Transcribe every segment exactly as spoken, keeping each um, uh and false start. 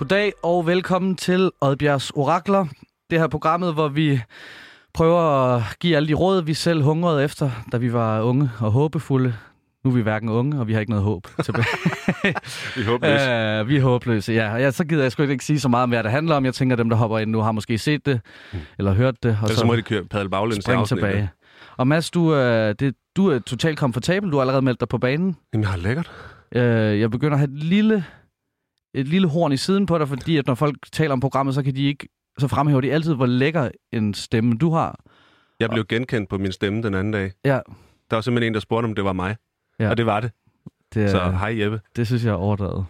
Goddag og velkommen til Oddbjergs Orakler. Det her programmet, hvor vi prøver at give alle de råd, vi selv hungrede efter, da vi var unge og håbefulde. Nu er vi hverken unge, og vi har ikke noget håb tilbage. Vi er håbløse. Uh, vi er håbløse, ja. Og ja, så gider jeg sgu ikke sige så meget om, hvad det handler om. Jeg tænker, at dem, der hopper ind nu, har måske set det, mm. eller hørt det. Og så, så må de køre padel baglæns springe tilbage. Og Mads, du, uh, det, du er totalt komfortabel. Du har allerede meldt dig på banen. Jamen, jeg har lækkert. Uh, jeg begynder at have et lille, et lille horn i siden på dig, fordi at når folk taler om programmet, så kan de ikke, så fremhæver de altid, hvor lækker en stemme du har. Jeg blev genkendt på min stemme den anden dag. Ja. Der var simpelthen en, der spurgte, om det var mig. Ja. Og det var det. det så hej Jeppe. Det synes jeg er overdrevet.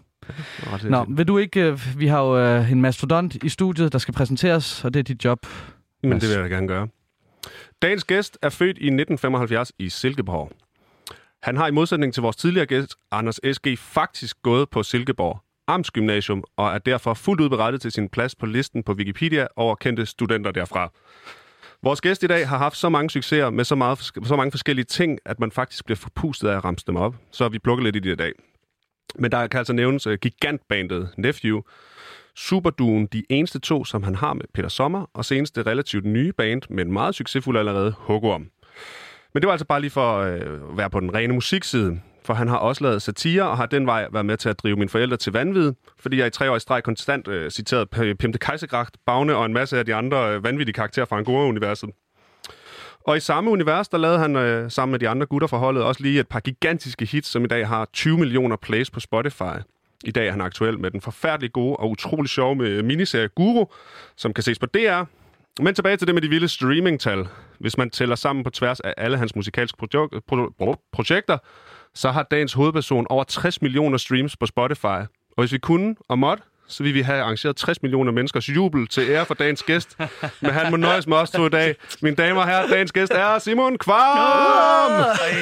Nå, vil du ikke... Vi har jo uh, en mastodont i studiet, der skal præsenteres, og det er dit job. Men det vil jeg da gerne gøre. Dagens gæst er født i nitten femoghalvfjerds i Silkeborg. Han har i modsætning til vores tidligere gæst, Anders S G, faktisk gået på Silkeborg Amtsgymnasium, og er derfor fuldt ud berettet til sin plads på listen på Wikipedia over kendte studenter derfra. Vores gæst i dag har haft så mange succeser med så, meget, så mange forskellige ting, at man faktisk bliver forpustet af at ramse dem op. Så vi plukker lidt i det i dag. Men der kan altså nævnes uh, gigantbandet Nephew, superduoen De Eneste To, som han har med Peter Sommer, og senest det relativt nye band, men meget succesfuld allerede, Hugorm. Men det var altså bare lige for at uh, være på den rene musikside. For han har også lavet satire, og har den vej været med til at drive mine forældre til vanvid, fordi jeg i tre år i streg konstant øh, citerede Pimte Kejserkracht, Bagne og en masse af de andre øh, vanvittige karakterer fra Angora-universet. Og i samme univers, der lavede han øh, sammen med de andre gutter fra holdet også lige et par gigantiske hits, som i dag har tyve millioner plays på Spotify. I dag er han aktuel med den forfærdeligt gode og utrolig sjove med miniserie Guru, som kan ses på D R. Men tilbage til det med de vilde streamingtal. Hvis man tæller sammen på tværs af alle hans musikalske projek- pro- projekter, så har dagens hovedperson over tres millioner streams på Spotify. Og hvis vi kunne og måtte, så ville vi have arrangeret tres millioner menneskers jubel til ære for dagens gæst. Men han må nøjes med os to i dag. Mine damer og herrer, dagens gæst er Simon Kvamm!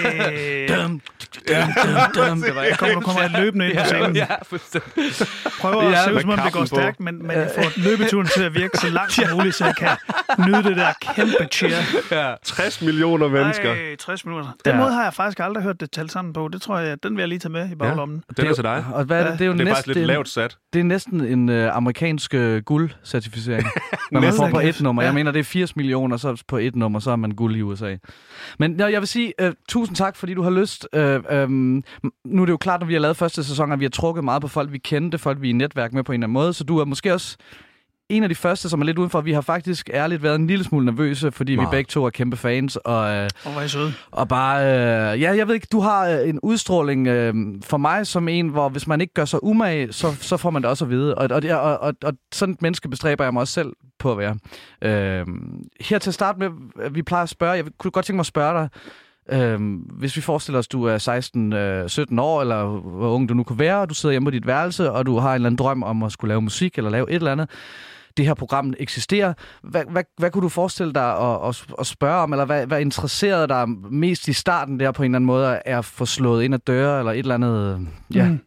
Dum, dum, det var jeg kommer, kommer jeg løbende ind på scenen. Ja, prøver at se ud, som om det går stærkt, men, men jeg får løbeturen til at virke så langt som muligt, så jeg kan nyde det der kæmpe cheer. Ja. tres millioner mennesker. Ej, tres millioner. Den ja. måde har jeg faktisk aldrig hørt det talt sammen på. Det tror jeg, den vil jeg lige tage med i baglommen. Ja, det er til dig. Og hvad er det? Det er jo det er næsten, faktisk lidt lavt sat. Det er næsten en uh, amerikansk uh, guld-certificering, når man får på et nummer. Ja. Jeg mener, det er firs millioner, så på et nummer, så er man guld i U S A. Men ja, jeg vil sige uh, tusind tak, fordi du har lyst. Uh, um, nu er det jo klart, når vi har lavet første sæson, at vi har trukket meget på folk, vi kendte, folk vi er i netværk med på en eller anden måde, så du er måske også en af de første, som er lidt udenfor. Vi har faktisk ærligt været en lille smule nervøse, fordi wow. vi begge to er kæmpe fans. Og, øh, og hvor er I søde. Og bare, øh, ja, jeg ved ikke, du har øh, en udstråling øh, for mig som en, hvor hvis man ikke gør sig umage, så, så får man det også at vide. Og, og, og, og, og sådan et menneske bestræber jeg mig også selv på at være. Øh, her til at starte med, vi plejer at spørge, jeg kunne godt tænke mig at spørge dig, Øhm, hvis vi forestiller os, at du er seksten sytten år, eller hvor ung du nu kunne være, og du sidder hjemme på dit værelse, og du har en eller anden drøm om at skulle lave musik, eller lave et eller andet. Det her program eksisterer. Hvad, hvad, hvad kunne du forestille dig at, at, at spørge om, eller hvad, hvad interesserede dig mest i starten der på en eller anden måde, er at få slået ind ad døre, eller et eller andet? Ja. Mm.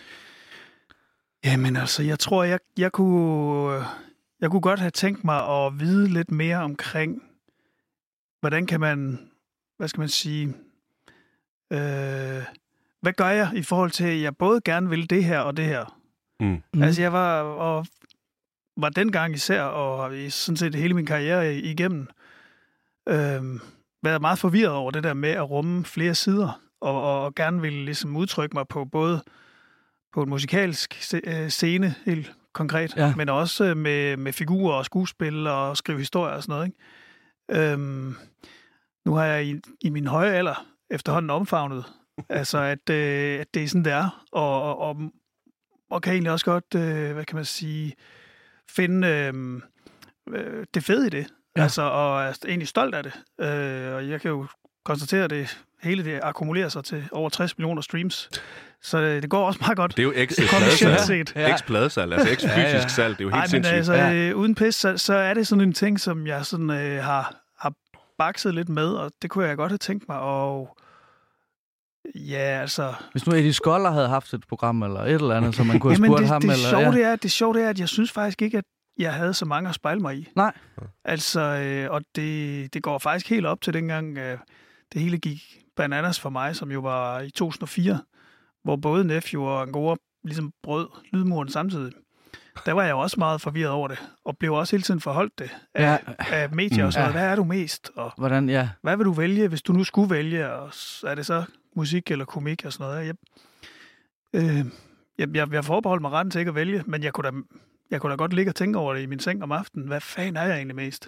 Jamen altså, jeg tror, jeg, jeg, kunne, jeg kunne godt have tænkt mig at vide lidt mere omkring, hvordan kan man... Hvad skal man sige? Øh, hvad gør jeg i forhold til, at jeg både gerne vil det her og det her? Mm. Mm. Altså, jeg var, og var dengang især, og i sådan set hele min karriere igennem, øh, været meget forvirret over det der med at rumme flere sider, og, og, og gerne ville ligesom udtrykke mig på både på en musikalsk scene, helt konkret, ja. Men også med, med figurer og skuespil og skrive historier og sådan noget, ikke? Øh, Nu har jeg i, i min høje alder efterhånden omfavnet, altså at, øh, at det er sådan, det er, og, og, og, og kan egentlig også godt, øh, hvad kan man sige, finde øh, øh, det fede i det, ja. Altså, og er egentlig stolt af det. Øh, og jeg kan jo konstatere, at det hele det akkumulerer sig til over tres millioner streams, så det, det går også meget godt. Det er jo X-pladesalg, ja. X-pladesalg, altså X-fysisk salg, det er jo helt Ej, sindssygt. Men altså, ja. øh, uden pis, så, så er det sådan en ting, som jeg sådan øh, har... bakset lidt med, og det kunne jeg godt have tænkt mig, og ja, altså... Hvis nu Eddie Skoller havde haft et program, eller et eller andet, så man kunne have spurgt det, ham, det eller... Sjove, ja. det, er, det sjove det er, at jeg synes faktisk ikke, at jeg havde så mange at spejle mig i. Nej. Altså, øh, og det, det går faktisk helt op til dengang, øh, det hele gik bananas for mig, som jo var i to tusind og fire, hvor både Nephew og Angora ligesom brød lydmuren samtidig. der var jeg jo også meget forvirret over det, og blev også hele tiden forholdt det af, Ja. af medier og sådan noget. Hvad er du mest? Og Hvordan, ja. hvad vil du vælge, hvis du nu skulle vælge? Og er det så musik eller komik og sådan noget? Jeg, øh, jeg, jeg, jeg forbeholdt mig retten til ikke at vælge, men jeg kunne, da, jeg kunne da godt ligge og tænke over det i min seng om aftenen. Hvad fanden er jeg egentlig mest?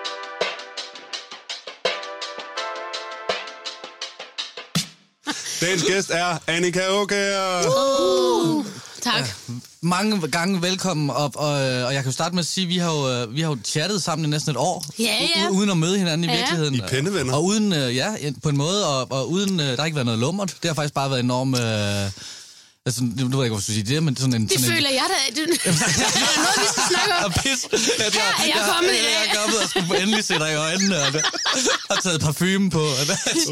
Dagens gæst er Annika Aukjær. Uh, tak. Ja. Mange gange velkommen op, og, og jeg kan jo starte med at sige, at vi har jo, vi har jo chattet sammen i næsten et år, Ja, ja. u- uden at møde hinanden i Ja. virkeligheden. I pennevenner. Og uden, øh, ja, på en måde, og, og uden, øh, der har ikke været noget lummert. Det har faktisk bare været enormt... Øh, altså, nu ved jeg ikke, hvorfor du sige det, men sådan en... Det sådan føler en, jeg da. Det er noget, vi skal snakke om. og pis, at Ja, jeg er kommet i dag. Jeg er kommet og skulle endelig se dig i øjnene, og, og taget parfume på. Og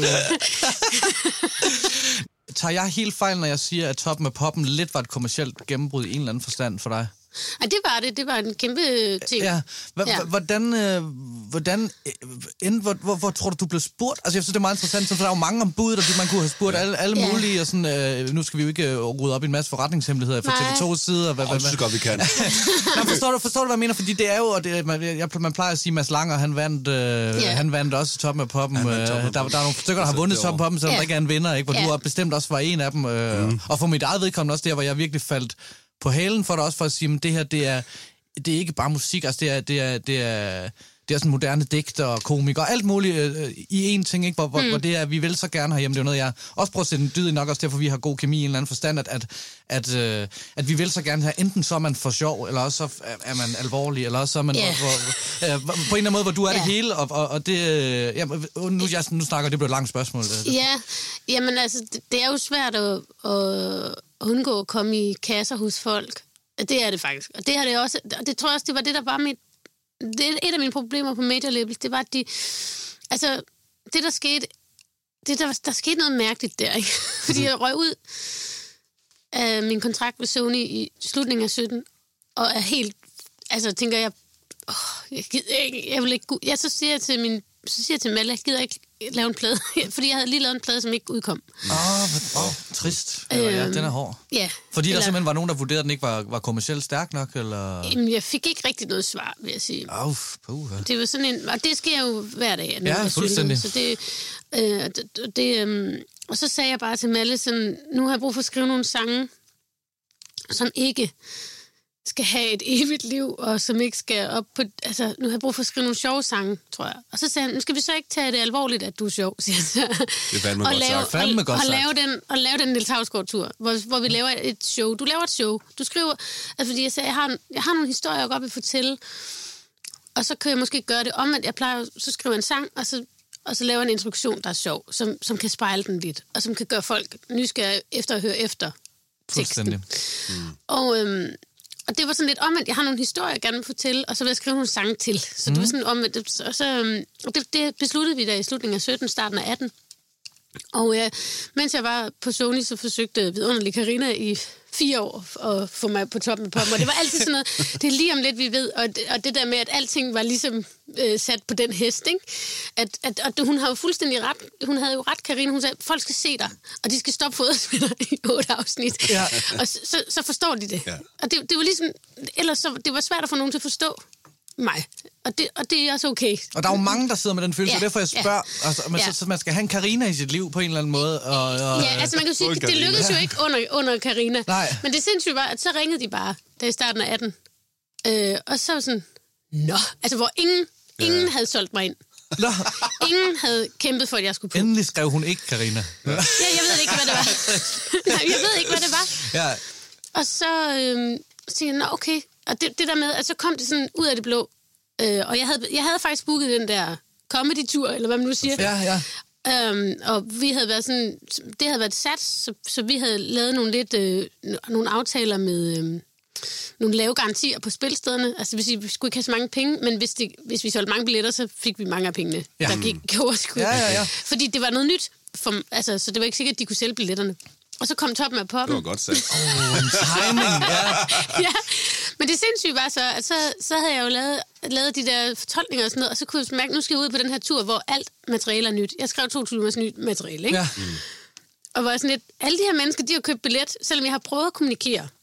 tager jeg helt fejl, når jeg siger, at Toppen af Poppen lidt var et kommercielt gennembrud i en eller anden forstand for dig? Ja, det var det. Det var en kæmpe ting. Ja. H- Ja. Hvordan, øh, hvordan øh, end, hvor, hvor, hvor tror du, du blev spurgt? Altså, jeg synes, det er meget interessant, for der er jo mange om budet, og man kunne have spurgt alle, alle Ja. mulige, og sådan, øh, nu skal vi jo ikke øh, rode op i en masse forretningshemmeligheder fra Nej. T V to's side. Og hvad, Åh, hvad, det synes jeg godt, vi kan. Nå, forstår, du, forstår du, hvad jeg mener? Fordi det er jo, og det, man, jeg, man plejer at sige, Mads Langer, han vandt, øh, Ja. han vandt også Toppen af Poppen. Han Øh, vandt Toppen af der, Poppen. der er nogle stykker, der har Altså, vundet det Toppen af år. Poppen, selvom Ja. der ikke er en vinder, ikke? Hvor Ja. du har bestemt også var en af dem. Øh, mm. Og for mit eget vedkommende også der, hvor jeg virkelig faldt på halen for dig også, for at sige, at det her, det er, det er ikke bare musik, altså det er, det er, det er, det er sådan moderne digter og komik og alt muligt øh, i én ting, ikke? Hvor, hvor, mm. hvor det er, vi vil så gerne herhjemme, det er jo noget, jeg også prøver at sætte en dyd i nok, også derfor vi har god kemi i en eller anden forstand, at, at, at, øh, at vi vil så gerne have, enten så er man for sjov, eller også så er, er man alvorlig, eller også så er man Yeah. hvor, hvor, øh, på en eller anden måde, hvor du er Ja. det hele, og, og, og det, øh, ja, nu, jeg, nu snakker det bliver et langt spørgsmål. Det. Ja, jamen altså, det, det er jo svært at, at undgå at komme i kasser hos folk. Det er det faktisk. Og det har det også, og det tror jeg også, det var det, der var mit, det er et af mine problemer på Major Labels, det var, at de, altså, det der skete, det der, der skete noget mærkeligt der, ikke? Fordi jeg røg ud af min kontrakt med Sony i slutningen af sytten, og er helt, altså tænker jeg, åh, jeg gider ikke, jeg vil ikke, jeg så siger jeg til min, så siger jeg til Malle, jeg gider ikke lave en plade, fordi jeg havde lige lavet en plade, som ikke udkom. Åh, oh, oh, trist. Eller, ja, Øhm, den er hård. Ja. Fordi der eller- simpelthen var nogen, der vurderede, at den ikke var, var kommercielt stærk nok, eller... Jamen, jeg fik ikke rigtig noget svar, vil jeg sige. Au, puha. Det var sådan en, og det sker jo hver dag. at Ja, nogen er fuldstændig. syg. Så det, øh, det, det øh, og så sagde jeg bare til Malle, sådan, nu har jeg brug for at skrive nogle sange, som ikke skal have et evigt liv, og som ikke skal op på... Altså, nu har jeg brug for at skrive nogle sjove sange, tror jeg. Og så sagde han, nu skal vi så ikke tage det alvorligt, at du er sjov, siger han så. Det er fandme og godt lave, sagt. Fandme og, godt og sagt. lave den, og lave den Niels Hausgaard-tur, hvor, hvor vi laver et show. Du laver et show. Du skriver... Altså, fordi jeg sagde, jeg har, jeg har nogle historier, jeg godt vil fortælle, og så kan jeg måske gøre det om, at jeg plejer, så skriver jeg en sang, og så, og så laver jeg en introduktion, der er sjov, som, som kan spejle den lidt, og som kan gøre folk nysgerrige efter at høre efter teksten. Fuldstændig. Og, øhm, og det var sådan lidt omvendt. Jeg har nogle historier, jeg gerne vil fortælle, og så vil jeg skrive nogle sange til. Så mm. det var sådan omvendt. Og så, øhm, og det, det besluttede vi da i slutningen af sytten, starten af atten. Og øh, mens jeg var på Sony, så forsøgte vidunderlig Carina i fire år at få mig på toppen af poppen. Og det var altid sådan noget, det er lige om lidt, vi ved. Og det, og det der med, at alting var ligesom øh, sat på den hest, ikke? At, at, at hun har jo fuldstændig ret. Hun havde jo ret, Carina. Hun sagde, folk skal se dig, og de skal stoppe fodboldspillere i otte afsnit. Ja. Og så, så, så forstår de det. Ja. Og det, det var ligesom, ellers så, det var svært at få nogen til at forstå mig. Og det, og det er også okay. Og der er jo mange, der sidder med den følelse, Ja, og derfor jeg ja. spørger, altså, man, Ja. så, så man skal have en Carina i sit liv på en eller anden måde. Og, og, Ja, altså man kan jo sige, Uden det, det Carina. lykkedes jo ikke under, under Carina. Nej. Men det sindssygt var, at så ringede de bare, da i starten af atten. Øh, og så var sådan, nå, altså hvor ingen, ingen havde solgt mig ind. Nå, Ingen havde kæmpet for, at jeg skulle på. endelig skrev hun ikke Carina. Ja, jeg ved ikke, hvad det var. Nej, jeg ved ikke, hvad det var. Ja, Og så øh, siger jeg, nå okay. Og det, det der med, at så kom det sådan ud af det blå. Øh, og jeg havde, jeg havde faktisk booket den der comedy-tur, eller hvad man nu siger. ja, ja. Øhm, og vi havde været sådan, det havde været sat, så, så vi havde lavet nogle lidt øh, nogle aftaler med øh, nogle lave garantier på spilstederne. Altså, hvis vi skulle ikke have så mange penge, men hvis, det, hvis vi solgte mange billetter, så fik vi mange af pengene, Ja. der gik i overskud. Ja, ja, ja. Fordi det var noget nyt, for, altså, så det var ikke sikkert, at de kunne sælge billetterne. Og så kom Toppen af Det Poppen. var godt sagt. Oh, en timing, ja. Ja, men det sindssyge var så, at så, så havde jeg jo lavet, lavet de der fortolkninger og sådan noget, og så kunne jeg mærke, at nu skal jeg ud på den her tur, hvor alt materiale er nyt. Jeg skrev to timers nyt materiale, ikke? Ja. Og var sådan lidt, alle de her mennesker, de har købt billet, selvom jeg har prøvet at kommunikere.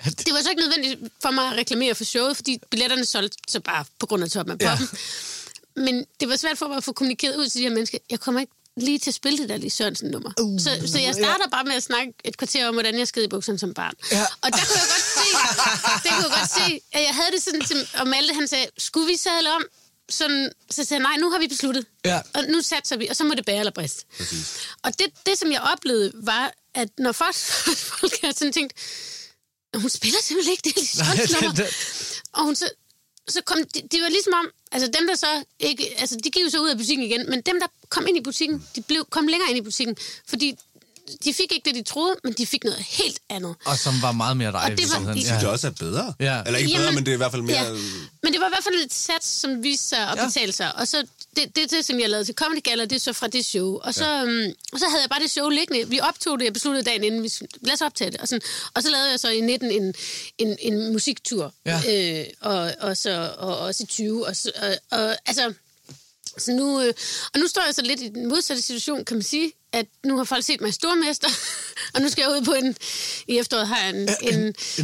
Det var så ikke nødvendigt for mig at reklamere for showet, fordi billetterne solgte så bare på grund af Toppen af Poppen. Ja. Men det var svært for mig at få kommunikeret ud til de her mennesker. Jeg kommer ikke lige til at spille det der Lis Sørensen-nummer. Uh, så, så jeg starter ja. bare med at snakke et kvarter om, hvordan jeg sked i bukserne som barn. Ja. Og der kunne jeg godt se, der kunne jeg godt se, at jeg havde det sådan, og Malte han sagde, skulle vi sadle om? Sådan, så sagde jeg, nej, nu har vi besluttet. Ja. Og nu satser vi, og så må det bære eller briste. Præcis. Og det, det, som jeg oplevede, var, at når folk, folk havde sådan tænkt, hun spiller simpelthen ikke det Lis Sørensen-nummer. Og hun så, så kom, de, de var ligesom om, altså dem, der så ikke, altså de gik jo så ud af butikken igen, men dem, der kom ind i butikken, de blev, kom længere ind i butikken, fordi de fik ikke det, de troede, men de fik noget helt andet. Og som var meget mere dig. Det var, de, ja. det også er bedre. Ja. Eller ikke bedre, Jamen, men det er i hvert fald mere... Ja. Men det var i hvert fald et sats, som viste sig at betale ja. sig. Og så det, det, det, som jeg lavede til Comedy Gala, det er så fra det show. Og så, ja. um, og så havde jeg bare det show liggende. Vi optog det, jeg besluttede dagen inden, vi lad os optage det. Og, sådan, og så lavede jeg så i nitten en, en, en musiktur. Ja. Øh, og, og så og også i tyve. Og, så, og, og altså... Så nu, øh, og nu står jeg så lidt i den modsatte situation, kan man sige, at nu har folk set mig i stormester, og nu skal jeg ud på en... I efteråret har jeg en, en, en, en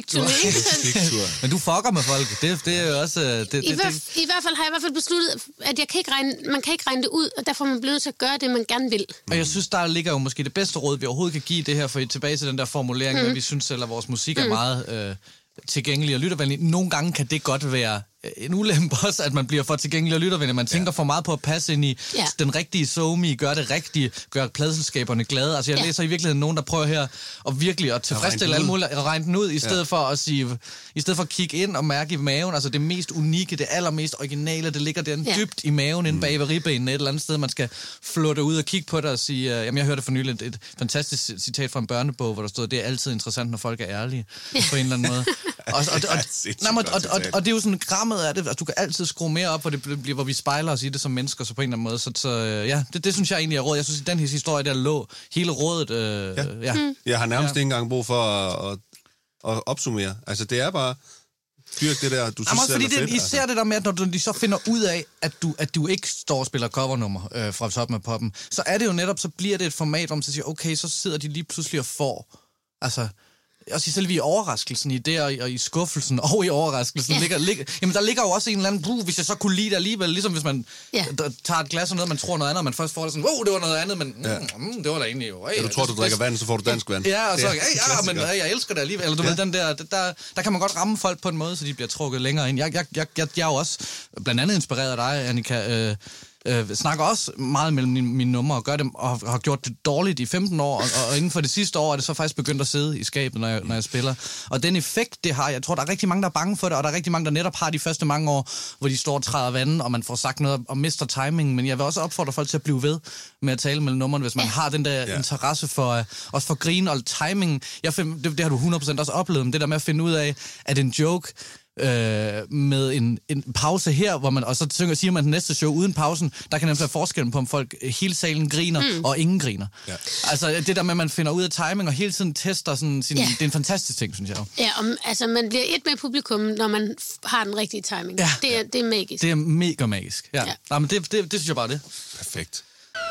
musikturné. Men du fucker med folk. Det, det er jo også... Det, det, I, hver, det. I hvert fald har jeg i hvert fald besluttet, at jeg kan ikke regne, man kan ikke regne det ud, og derfor er man blevet nødt til at gøre det, man gerne vil. Og jeg synes, der ligger jo måske det bedste råd, vi overhovedet kan give det her, for tilbage til den der formulering, mm. at vi synes selv, at vores musik er mm. meget... Øh, tilgængelig og lyttervenlig. Nogle gange kan det godt være en ulempe også, at man bliver for tilgængelig og lyttervenlig. Man tænker ja. for meget på at passe ind i ja. den rigtige somi, gøre det rigtige, gøre pladselskaberne glade. Altså jeg ja. læser i virkeligheden nogen, der prøver her og virkelig at tilfredsstille alle mulige, og regne den ud, i stedet ja. for at sige, i stedet for at kigge ind og mærke i maven, altså det mest unikke, det allermest originale, det ligger der ja. dybt i maven, inde bag ved ribbenene et eller andet sted. Man skal flutte ud og kigge på det og sige, uh, jamen jeg hørte for nylig et, et fantastisk citat fra en børnebog, hvor der stod, det er altid interessant, når folk er ærlige, ja. på en eller anden måde. Og, og, og, og, og, og, og, og det er jo sådan grammet af det, altså du kan altid skrue mere op, hvor, det bliver, hvor vi spejler os i det som mennesker, så på en eller anden måde. Så, så ja, det, det synes jeg egentlig er råd. Jeg synes, i den her historie, der lå hele rådet. Øh, ja. Ja. Mm. Jeg har nærmest ja. ikke engang brug for at, at, at opsummere. Altså det er bare dyrk det der, du synes selv er fedt. I ser altså. det der med, at når de så finder ud af, at du, at du ikke står og spiller covernummer øh, fra Toppen af Poppen, så er det jo netop, så bliver det et format, hvor man siger, okay, så sidder de lige pludselig og får, altså... Også selv i overraskelsen i det, og i, og i skuffelsen, og i overraskelsen, ja. ligger, ligger, jamen der ligger jo også en eller anden brug, hvis jeg så kunne lide det alligevel, ligesom hvis man ja. tager et glas og noget, man tror noget andet, og man først får det sådan, wow, det var noget andet, men ja. mm, det var da egentlig jo. Hey, ja, du tror, du drikker vand, så får du dansk vand. Ja, og så, ja, hey, ja men hey, jeg elsker det alligevel. Eller du ja. ved, den der, der, der kan man godt ramme folk på en måde, så de bliver trukket længere ind. Jeg, jeg, jeg, jeg, jeg er jo også blandt andet inspireret af dig, Annika, øh, Øh, snakker også meget mellem mine, mine numre og gør det, og har gjort det dårligt i femten år, og, og inden for det sidste år er det så faktisk begyndt at sidde i skabet, når jeg, når jeg spiller. Og den effekt, det har, jeg tror, der er rigtig mange, der er bange for det, og der er rigtig mange, der netop har de første mange år, hvor de står og træder vandet, og man får sagt noget og mister timingen. Men jeg vil også opfordre folk til at blive ved med at tale mellem numrene, hvis man har den der yeah. interesse for, uh, også for grin og timingen. Jeg find, det, det har du hundrede procent også oplevet, men det der med at finde ud af, at en joke Øh, med en, en pause her, hvor man, og så synger, siger man den næste show uden pausen, der kan nemlig være forskellen på, om folk hele salen griner, mm. og ingen griner. Ja. Altså det der med, at man finder ud af timing, og hele tiden tester sådan sin, ja. det er en fantastisk ting, synes jeg. Ja, om, altså man bliver et med publikum, når man har den rigtige timing. Ja. Det, er, det er magisk. Det er mega magisk. Ja. Ja. Nej, men det, det, det synes jeg bare det. Perfekt.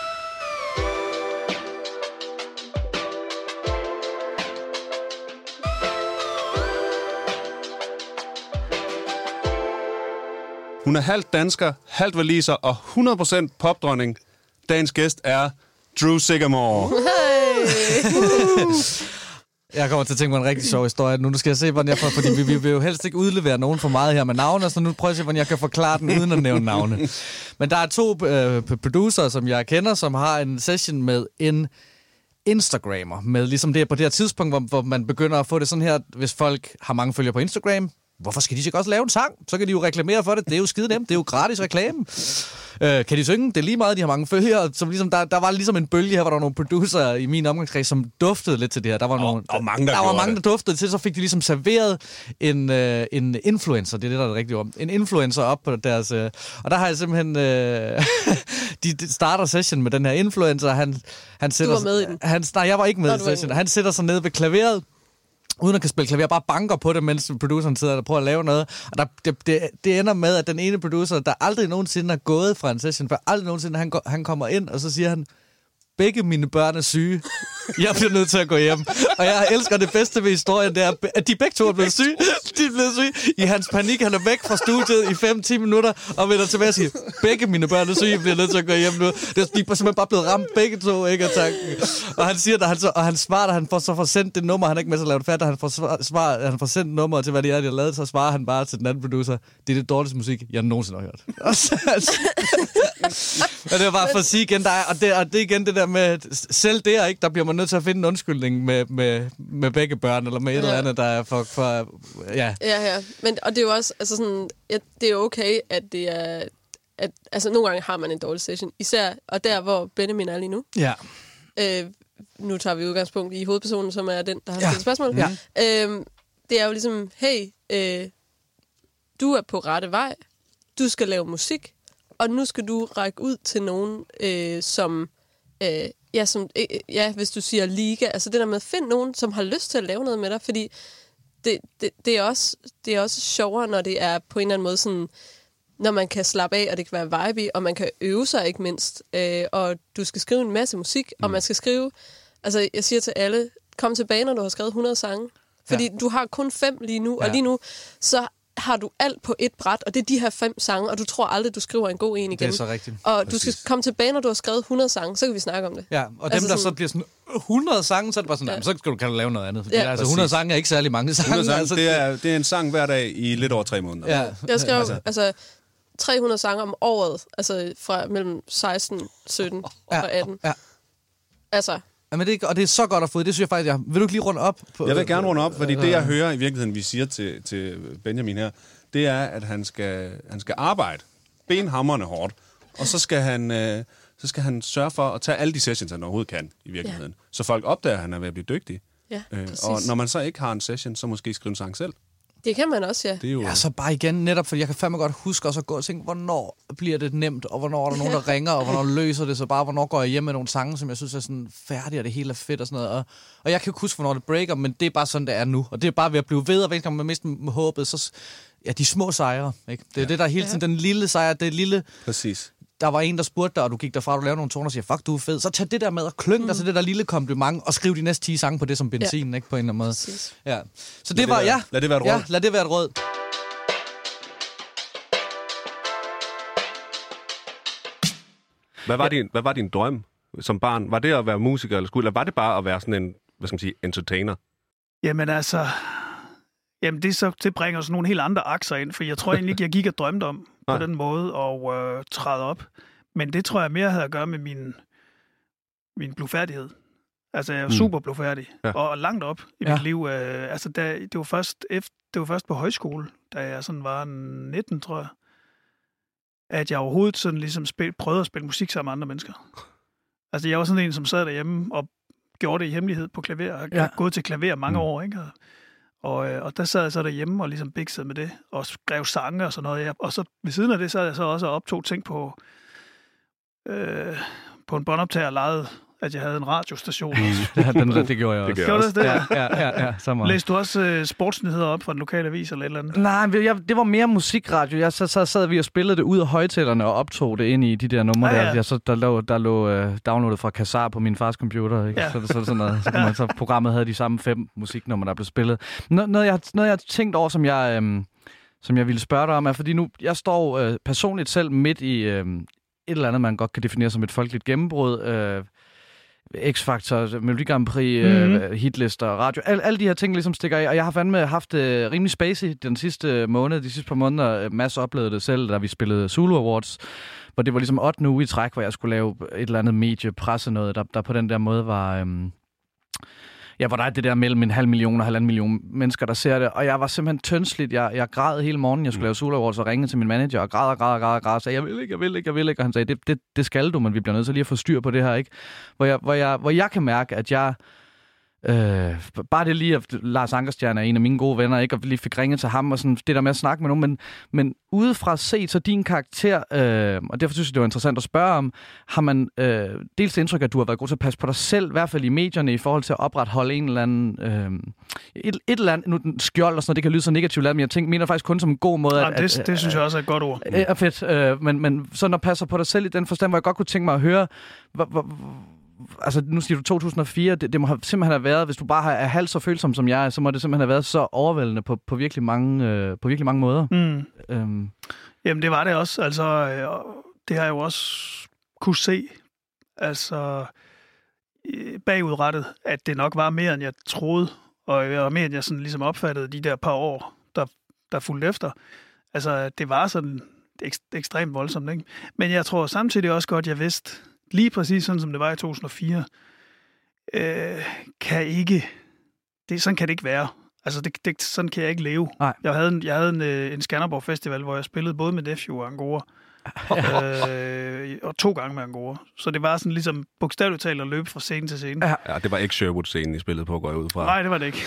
Hun er halvt dansker, halvt waliser og hundrede procent popdronning. Dagens gæst er Drew Sigamore. Hey. Jeg kommer til at tænke på en rigtig sjov historie. Nu skal jeg se, hvordan jeg får, fordi vi, vi vil jo helst ikke udlevere nogen for meget her med navne, så nu prøver jeg at se, hvordan jeg kan forklare den uden at nævne navne. Men der er to øh, producer, som jeg kender, som har en session med en Instagrammer. Med ligesom det på det her tidspunkt, hvor, hvor man begynder at få det sådan her, hvis folk har mange følgere på Instagram. Hvorfor skal de ikke også lave en sang? Så kan de jo reklamere for det. Det er jo skide nemt. Det er jo gratis reklame. Øh, kan de synge? Det er lige meget, de har mange følgere. Som ligesom, der, der var ligesom en bølge her, hvor der var nogle producer i min omgangskreds, som duftede lidt til det her. Der var, og, nogle, og mange, der, der var mange, det. der duftede til. Så fik de ligesom serveret en, øh, en influencer. Det er det, der er det rigtige ord. En influencer op på deres... Øh, og der har jeg simpelthen... Øh, de, de starter session med den her influencer. Han, han sætter, du var med i den? Han, nej, jeg var ikke med i session. Han sætter sig ned ved klaveret, uden at kan spille klaver, bare banker på det, mens produceren sidder og prøver at lave noget. Og der, det, det, det ender med, at den ene producer, der aldrig nogensinde er gået fra en session, for aldrig nogensinde, han, han kommer ind, og så siger han, begge mine børn er syge. Jeg bliver nødt til at gå hjem. Og jeg elsker det bedste ved historien, det er, at de begge to er blevet syge. De er blevet syge. I hans panik, han er væk fra studiet i fem til ti minutter, og vender tilbage og siger, begge mine børn er syge, jeg bliver nødt til at gå hjem nu. Det er, de er simpelthen bare blevet ramt begge to, ikke, af tanken. Og han siger, at han, så, og han svarer, at han får, så får sendt det nummer, han er ikke med til at lave det færdigt, han får, svar, han får sendt nummer til, hvad det er, de har lavet, så svarer han bare til den anden producer, det er det dårligste musik, jeg nogensinde har hørt. Og det var bare for at sige igen, der er, og, det, og det er igen det der med, selv der, ikke, der bliver man nødt til at finde en undskyldning med, med, med begge børn, eller med et ja. eller andet, der er for, for ja. Ja, ja, men, og det er jo også, altså sådan, ja, det er jo okay, at det er, at, altså nogle gange har man en dårlig session, især, og der, hvor Benjamin er lige nu. Ja. Øh, nu tager vi udgangspunkt i hovedpersonen, som er den, der har ja. stillet spørgsmål. Ja. Øh, det er jo ligesom, hey, øh, du er på rette vej, du skal lave musik, og nu skal du række ud til nogen, øh, som, øh, ja, som, øh, ja, hvis du siger liga, altså det der med at finde nogen, som har lyst til at lave noget med dig, fordi det, det, det, er, også, det er også sjovere, når det er på en eller anden måde sådan, når man kan slappe af, og det kan være vibe, og man kan øve sig ikke mindst, øh, og du skal skrive en masse musik, mm. og man skal skrive, altså jeg siger til alle, kom tilbage, når du har skrevet hundrede sange, fordi ja. du har kun fem lige nu, ja. og lige nu, så har du alt på et bræt, og det er de her fem sange, og du tror aldrig, du skriver en god en igen. Det er så rigtigt. Og Præcis. Du skal komme tilbage, når du har skrevet hundrede sange, så kan vi snakke om det. Ja, og dem, altså der sådan, så bliver sådan hundrede sange, så er det bare sådan, ja. så skal du, kan du lave noget andet. Ja. Altså hundrede sange er ikke særlig mange sange. hundrede sange, altså, det, er, det er en sang hver dag i lidt over tre måneder. Ja. Jeg skrev altså, altså tre hundrede sange om året, altså fra mellem seksten, sytten ja. og atten. Ja. Altså... Ja, men det, og det er så godt at få. Det synes jeg faktisk, jeg... Vil du ikke lige runde op? På, jeg vil gerne runde op, fordi det, jeg hører i virkeligheden, vi siger til, til Benjamin her, det er, at han skal, han skal arbejde benhamrende hårdt, og så skal, han, øh, så skal han sørge for at tage alle de sessions, han overhovedet kan i virkeligheden. Ja. Så folk opdager, at han er ved at blive dygtig. Ja, øh, og når man så ikke har en session, så måske skrive en sang selv. Det kan man også, ja. Det er jo... Ja, så bare igen, netop, fordi jeg kan fandme godt huske også at gå og tænke, hvornår bliver det nemt, og hvornår er der nogen, der ringer, og hvornår løser det så bare, hvornår går jeg hjem med nogle sange, som jeg synes er sådan færdige, og det hele er fedt og sådan noget. Og, og jeg kan ikke huske, hvornår det breaker, men det er bare sådan, det er nu. Og det er bare ved at blive ved, og hver gang man mister håbet, så... Ja, de små sejre, ikke? Det er ja. det, der hele tiden, ja. den lille sejr, det lille... Præcis. Der var en, der spurgte dig, og du gik derfra, og du lavede nogle toner og siger, fuck, du er fed. Så tag det der med og klyng mm. dig til det der lille kompliment, og skriv de næste ti sange på det som benzin, ja. ikke? På en eller anden måde. Præcis. Ja. Så det, det var, være, ja. Lad det være et råd. Ja, lad det være et råd. Hvad var, din, hvad var din drøm som barn? Var det at være musiker eller skulle, eller var det bare at være sådan en, hvad skal man sige, entertainer? Jamen altså, jamen det, så, det bringer sådan nogle helt andre akser ind, for jeg tror egentlig ikke, jeg gik og drømte om på den måde og øh, træde op. Men det tror jeg mere havde at gøre med min, min blufærdighed. Altså, jeg er super mm. blufærdig. Ja. Og langt op i ja. mit liv. Øh, altså, da, det, var først efter, det var først på højskole, da jeg sådan var nitten, tror jeg, at jeg overhovedet sådan ligesom spil, prøvede at spille musik sammen med andre mennesker. Altså, jeg var sådan en, som sad derhjemme og gjorde det i hemmelighed på klaver. Jeg har ja. gået til klaver mange mm. år, ikke? Og, og der sad jeg så derhjemme og ligesom biksede med det, og skrev sange og sådan noget. Og så ved siden af det, så sad jeg så også og optog ting på, øh, på en båndoptager og legede, at jeg havde en radiostation. ja, den, det gjorde jeg også. Det gjorde det, ja, ja, ja, ja, så Læste du også øh, sportsnyheder op fra den lokale avis eller et eller andet? Nej, jeg, det var mere musikradio. Jeg så, så sad vi og spillede det ud af højtalerne og optog det ind i de der numre, ah, ja. der, jeg, så, der lå, der lå uh, downloadet fra Kazaa på min fars computer. Ikke? Ja. Så, så, sådan noget. Så, man, så programmet havde de samme fem musiknumre, der blev spillet. Noget, noget, jeg, noget jeg har tænkt over, som jeg, øhm, som jeg ville spørge dig om, er, fordi nu, jeg står øh, personligt selv midt i øh, et eller andet, man godt kan definere som et folkeligt gennembrud. Øh, X-Factor, Melodi Grand Prix, mm-hmm. øh, hitlister, radio, al, alle de her ting ligesom stikker af, og jeg har fandme haft øh, rimelig spacey den sidste måned, de sidste par måneder. Mads oplevede det selv, da vi spillede Zulu Awards, hvor det var ligesom ottende uge i træk, hvor jeg skulle lave et eller andet medie, presse noget, der, der på den der måde var... Øhm, ja, hvor der er det der mellem en halv million og halvanden million mennesker, der ser det, og jeg var simpelthen tyndsligt. Jeg, jeg græd hele morgenen, jeg skulle lave Zulu Awards, og ringede til min manager, og græd og græd og græd og græd, og sagde, jeg vil ikke, jeg vil ikke, jeg vil ikke, og han sagde, det, det, det skal du, men vi bliver nødt til lige at få styr på det her, ikke? Hvor jeg, hvor jeg, hvor jeg kan mærke, at jeg... Øh, bare det lige, at Lars Ankerstjerne er en af mine gode venner, ikke? Og vi lige fik ringet til ham, og sådan, det der med at snakke med nogen, men, men udefra set, så din karakter, øh, og derfor synes jeg, det var interessant at spørge om, har man øh, dels indtryk, at du har været god til at passe på dig selv, i hvert fald i medierne, i forhold til at opretholde en eller anden, øh, et, et eller andet, nu skjold og sådan noget, det kan lyde så negativt, men jeg tænker, mener faktisk kun som en god måde. At, det, at, det synes jeg også er et godt ord. Er fedt, øh, men, men så når du passer på dig selv i den forstand, hvor jeg godt kunne tænke mig at høre, hvor, hvor, altså nu siger du to tusind og fire, det, det må have, simpelthen have været, hvis du bare er halvt så følsom som jeg er, så må det simpelthen have været så overvældende på, på, virkelig, mange, øh, på virkelig mange måder. Mm. Øhm. Jamen, det var det også. Altså, øh, det har jeg jo også kunne se, altså øh, bagudrettet, at det nok var mere, end jeg troede, og, og mere, end jeg sådan ligesom opfattede de der par år, der, der fulgte efter. Altså, det var sådan ekst, ekstremt voldsomt, ikke? Men jeg tror samtidig også godt, jeg vidste, lige præcis sådan, som det var i to tusind og fire, øh, kan ikke... Det, sådan kan det ikke være. Altså, det, det, sådan kan jeg ikke leve. Nej. Jeg havde en, jeg havde en, en Skanderborg Festival, hvor jeg spillede både med Nephew og Angora. øh, og to gange med Angora. Så det var sådan ligesom bogstaveligt talt at løbe fra scene til scene. Ja, ja det var ikke Sherwood-scenen, I spillede på, går jeg ud fra. Nej, det var det ikke.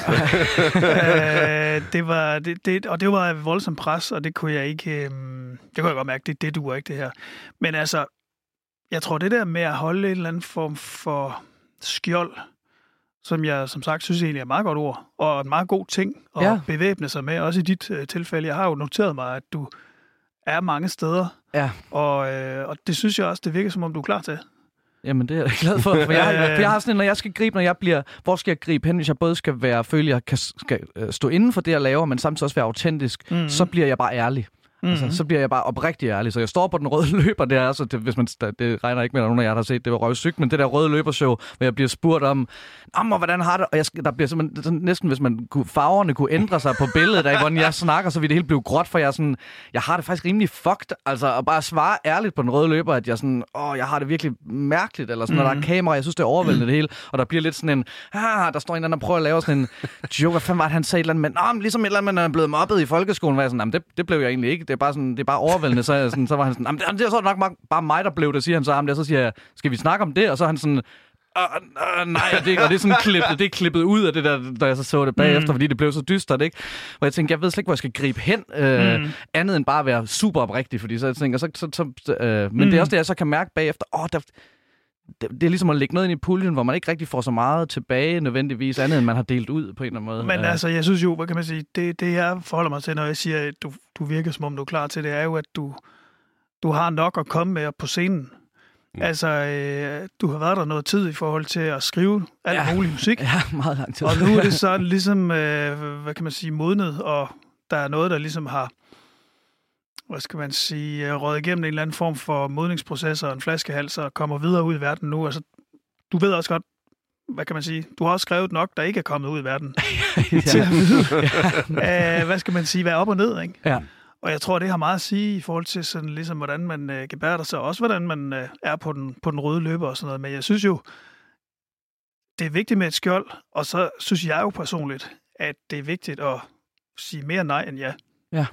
øh, det var, det, det, og det var et voldsomt pres, og det kunne jeg ikke... Øh, det kunne jeg godt mærke, det, det duer ikke, det her. Men altså, jeg tror, det der med at holde en eller anden form for skjold, som jeg som sagt synes egentlig er et meget godt ord, og en meget god ting at ja. bevæbne sig med, også i dit øh, tilfælde. Jeg har jo noteret mig, at du er mange steder, ja. og, øh, og det synes jeg også, det virker som om, du er klar til. Jamen, det er jeg glad for, for jeg, har, for jeg har sådan en, når jeg skal gribe, når jeg bliver, hvor skal jeg gribe hen, hvis jeg både skal være, føle, jeg kan, skal stå inden for det, jeg laver, men samtidig også være autentisk, mm-hmm. så bliver jeg bare ærlig. Mm-hmm. Altså, så bliver jeg bare oprigtig ærlig. Så jeg står på den røde løber der, så det, hvis man, det regner ikke med, at nogen af jer der har set, det var røvsygt, men det der røde løbershow, hvor jeg bliver spurgt om, om hvordan har det, og jeg, der bliver simpelthen sådan, næsten, hvis man kunne, farverne kunne ændre sig på billedet, der, hvordan jeg snakker, så vil det hele blive gråt, for jeg sådan, jeg har det faktisk rimelig fucked, altså at bare svare ærligt på den røde løber, at jeg sådan, åh, jeg har det virkelig mærkeligt, eller sådan, mm-hmm. når der er kamera, jeg synes, det er overvældende det hele, og der bliver lidt sådan en, ah, der står en anden og prøver at lave sådan en joke, hvad fanden var det, han sagde et eller andet, men, ligesom et eller andet, man er blevet mobbet i folkeskolen, var jeg sådan, det, det blev jeg egentlig ikke, det er bare sådan, det er bare overvældende, så, sådan, så var han sådan, det er så nok bare mig, der blev det, siger han så ham der, så siger jeg, skal vi snakke om det? Og så er han sådan, øh, øh, nej, det, og det er sådan klippet, det er klippet ud af det der, da jeg så så det bagefter, mm. fordi det blev så dystert, ikke? Og jeg tænkte, jeg ved slet ikke, hvor jeg skal gribe hen, øh, mm. andet end bare at være super oprigtig, fordi så jeg tænker, så, så, så øh, men mm. det er også det, jeg så kan mærke bagefter, åh, der, det, det er ligesom at lægge noget ind i puljen, hvor man ikke rigtig får så meget tilbage nødvendigvis, andet end man har delt ud på en eller anden måde. Men ja. altså, jeg synes jo, hvad kan man sige, det, det jeg forholder mig til, når jeg siger, at du, du virker som om du er klar til det, er jo, at du, du har nok at komme med på scenen. Mm. Altså, øh, du har været der noget tid i forhold til at skrive alt ja. mulig musik. Ja, meget lang tid. Og nu er det sådan ligesom, øh, hvad kan man sige, modnet, og der er noget, der ligesom har, hvad skal man sige, røget igennem en eller anden form for modningsproces og en flaskehals og kommer videre ud i verden nu. Altså, du ved også godt, hvad kan man sige, du har også skrevet nok, der ikke er kommet ud i verden. ja. til at vide, ja. Æh, hvad skal man sige, hvad op og ned, ikke? Ja. Og jeg tror, det har meget at sige i forhold til sådan, ligesom, hvordan man øh, gebærder sig, og også hvordan man øh, er på den, på den røde løber og sådan noget. Men jeg synes jo, det er vigtigt med et skjold, og så synes jeg jo personligt, at det er vigtigt at sige mere nej end ja. Ja.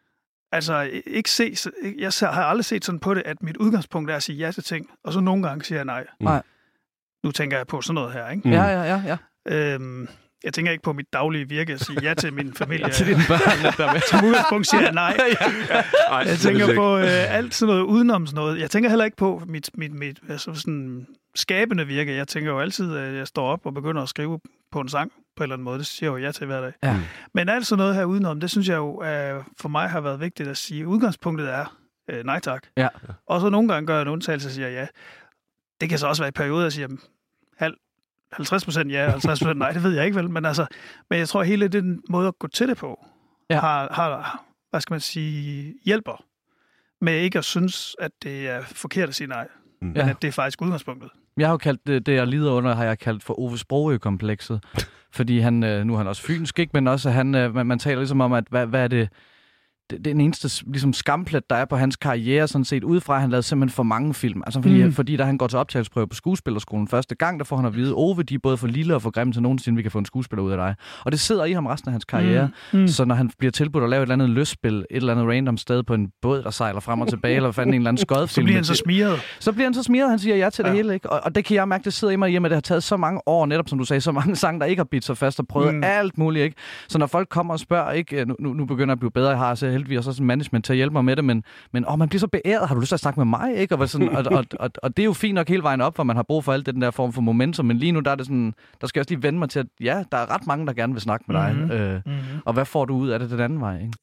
Altså, ikke se, jeg har aldrig set sådan på det, at mit udgangspunkt er at sige ja til ting, og så nogle gange siger jeg nej. Nej. Nu tænker jeg på sådan noget her, ikke? Mm. Ja, ja, ja. ja. Øhm, jeg tænker ikke på mit daglige virke at sige ja til min familie. til dine børn. Der med. Som udgangspunkt siger jeg nej. ja. Jeg tænker på øh, alt sådan noget udenom sådan noget. Jeg tænker heller ikke på mit, mit, mit altså sådan skabende virke. Jeg tænker jo altid, at jeg står op og begynder at skrive på en sang på en eller anden måde. Det siger jeg jo ja til hver dag. Ja. Men alt sådan noget her udenom, det synes jeg jo øh, for mig har været vigtigt at sige. Udgangspunktet er øh, nej tak. Ja. Og så nogle gange gør jeg en undtagelse og siger ja. Det kan så også være i perioder, at jeg siger halv halvtreds procent ja, halvtreds procent nej, det ved jeg ikke vel, men altså, men jeg tror, at hele den måde at gå til det på, ja. har, har, hvad skal man sige, hjælper med ikke at synes, at det er forkert at sige nej, mm. men ja. at det er faktisk udgangspunktet. Jeg har jo kaldt det, det jeg lider under, har jeg kaldt for Ove Sprogø-komplekset, fordi han, nu er han også fynsk, ikke, men også han, man, man taler ligesom om, at hvad, hvad er det, det, det er den eneste ligesom, skamplet, der er på hans karriere, sådan set udefra. Han lavede simpelthen for mange film. Altså fordi, mm. fordi da han går til optagelsesprøve på skuespillerskolen første gang, der får han at vide, Ove, de er både for lille og for grimme til nogensinde, vi kan få en skuespiller ud af dig. Og det sidder i ham resten af hans karriere. Mm. Mm. Så når han bliver tilbudt at lave et eller andet lystspil, et eller andet random sted på en båd, der sejler frem og tilbage, eller fanden en eller anden skodfilm. Så bliver han så smiret. Så bliver han så smiret, han siger ja til ja. det hele. Ikke? Og, og det kan jeg mærke, det sidder i mig hjemme, at det har taget så mange år, netop som du sagde, så mange sange, der ikke har bidt sig fast og prøvet mm. alt muligt. Ikke? Så når folk kommer og spørger, ikke, nu, nu begynder jeg at blive bedre, jeg har så heldigvis også sådan management til at hjælpe mig med det, men, men åh, man bliver så beæret, har du lyst til at snakke med mig? Ikke? Og, sådan, og, og, og, og det er jo fint nok hele vejen op, for man har brug for alt den der form for momentum, men lige nu der er det sådan, der skal jeg også lige vende mig til, at ja, der er ret mange, der gerne vil snakke med dig. Mm-hmm. Øh, mm-hmm. Og hvad får du ud af det den anden vej? Ikke?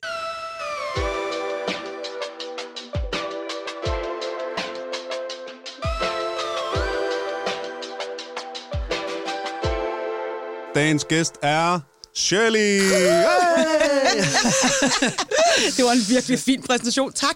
Dagens gæst er Shirley. Det var en virkelig fin præsentation. Tak.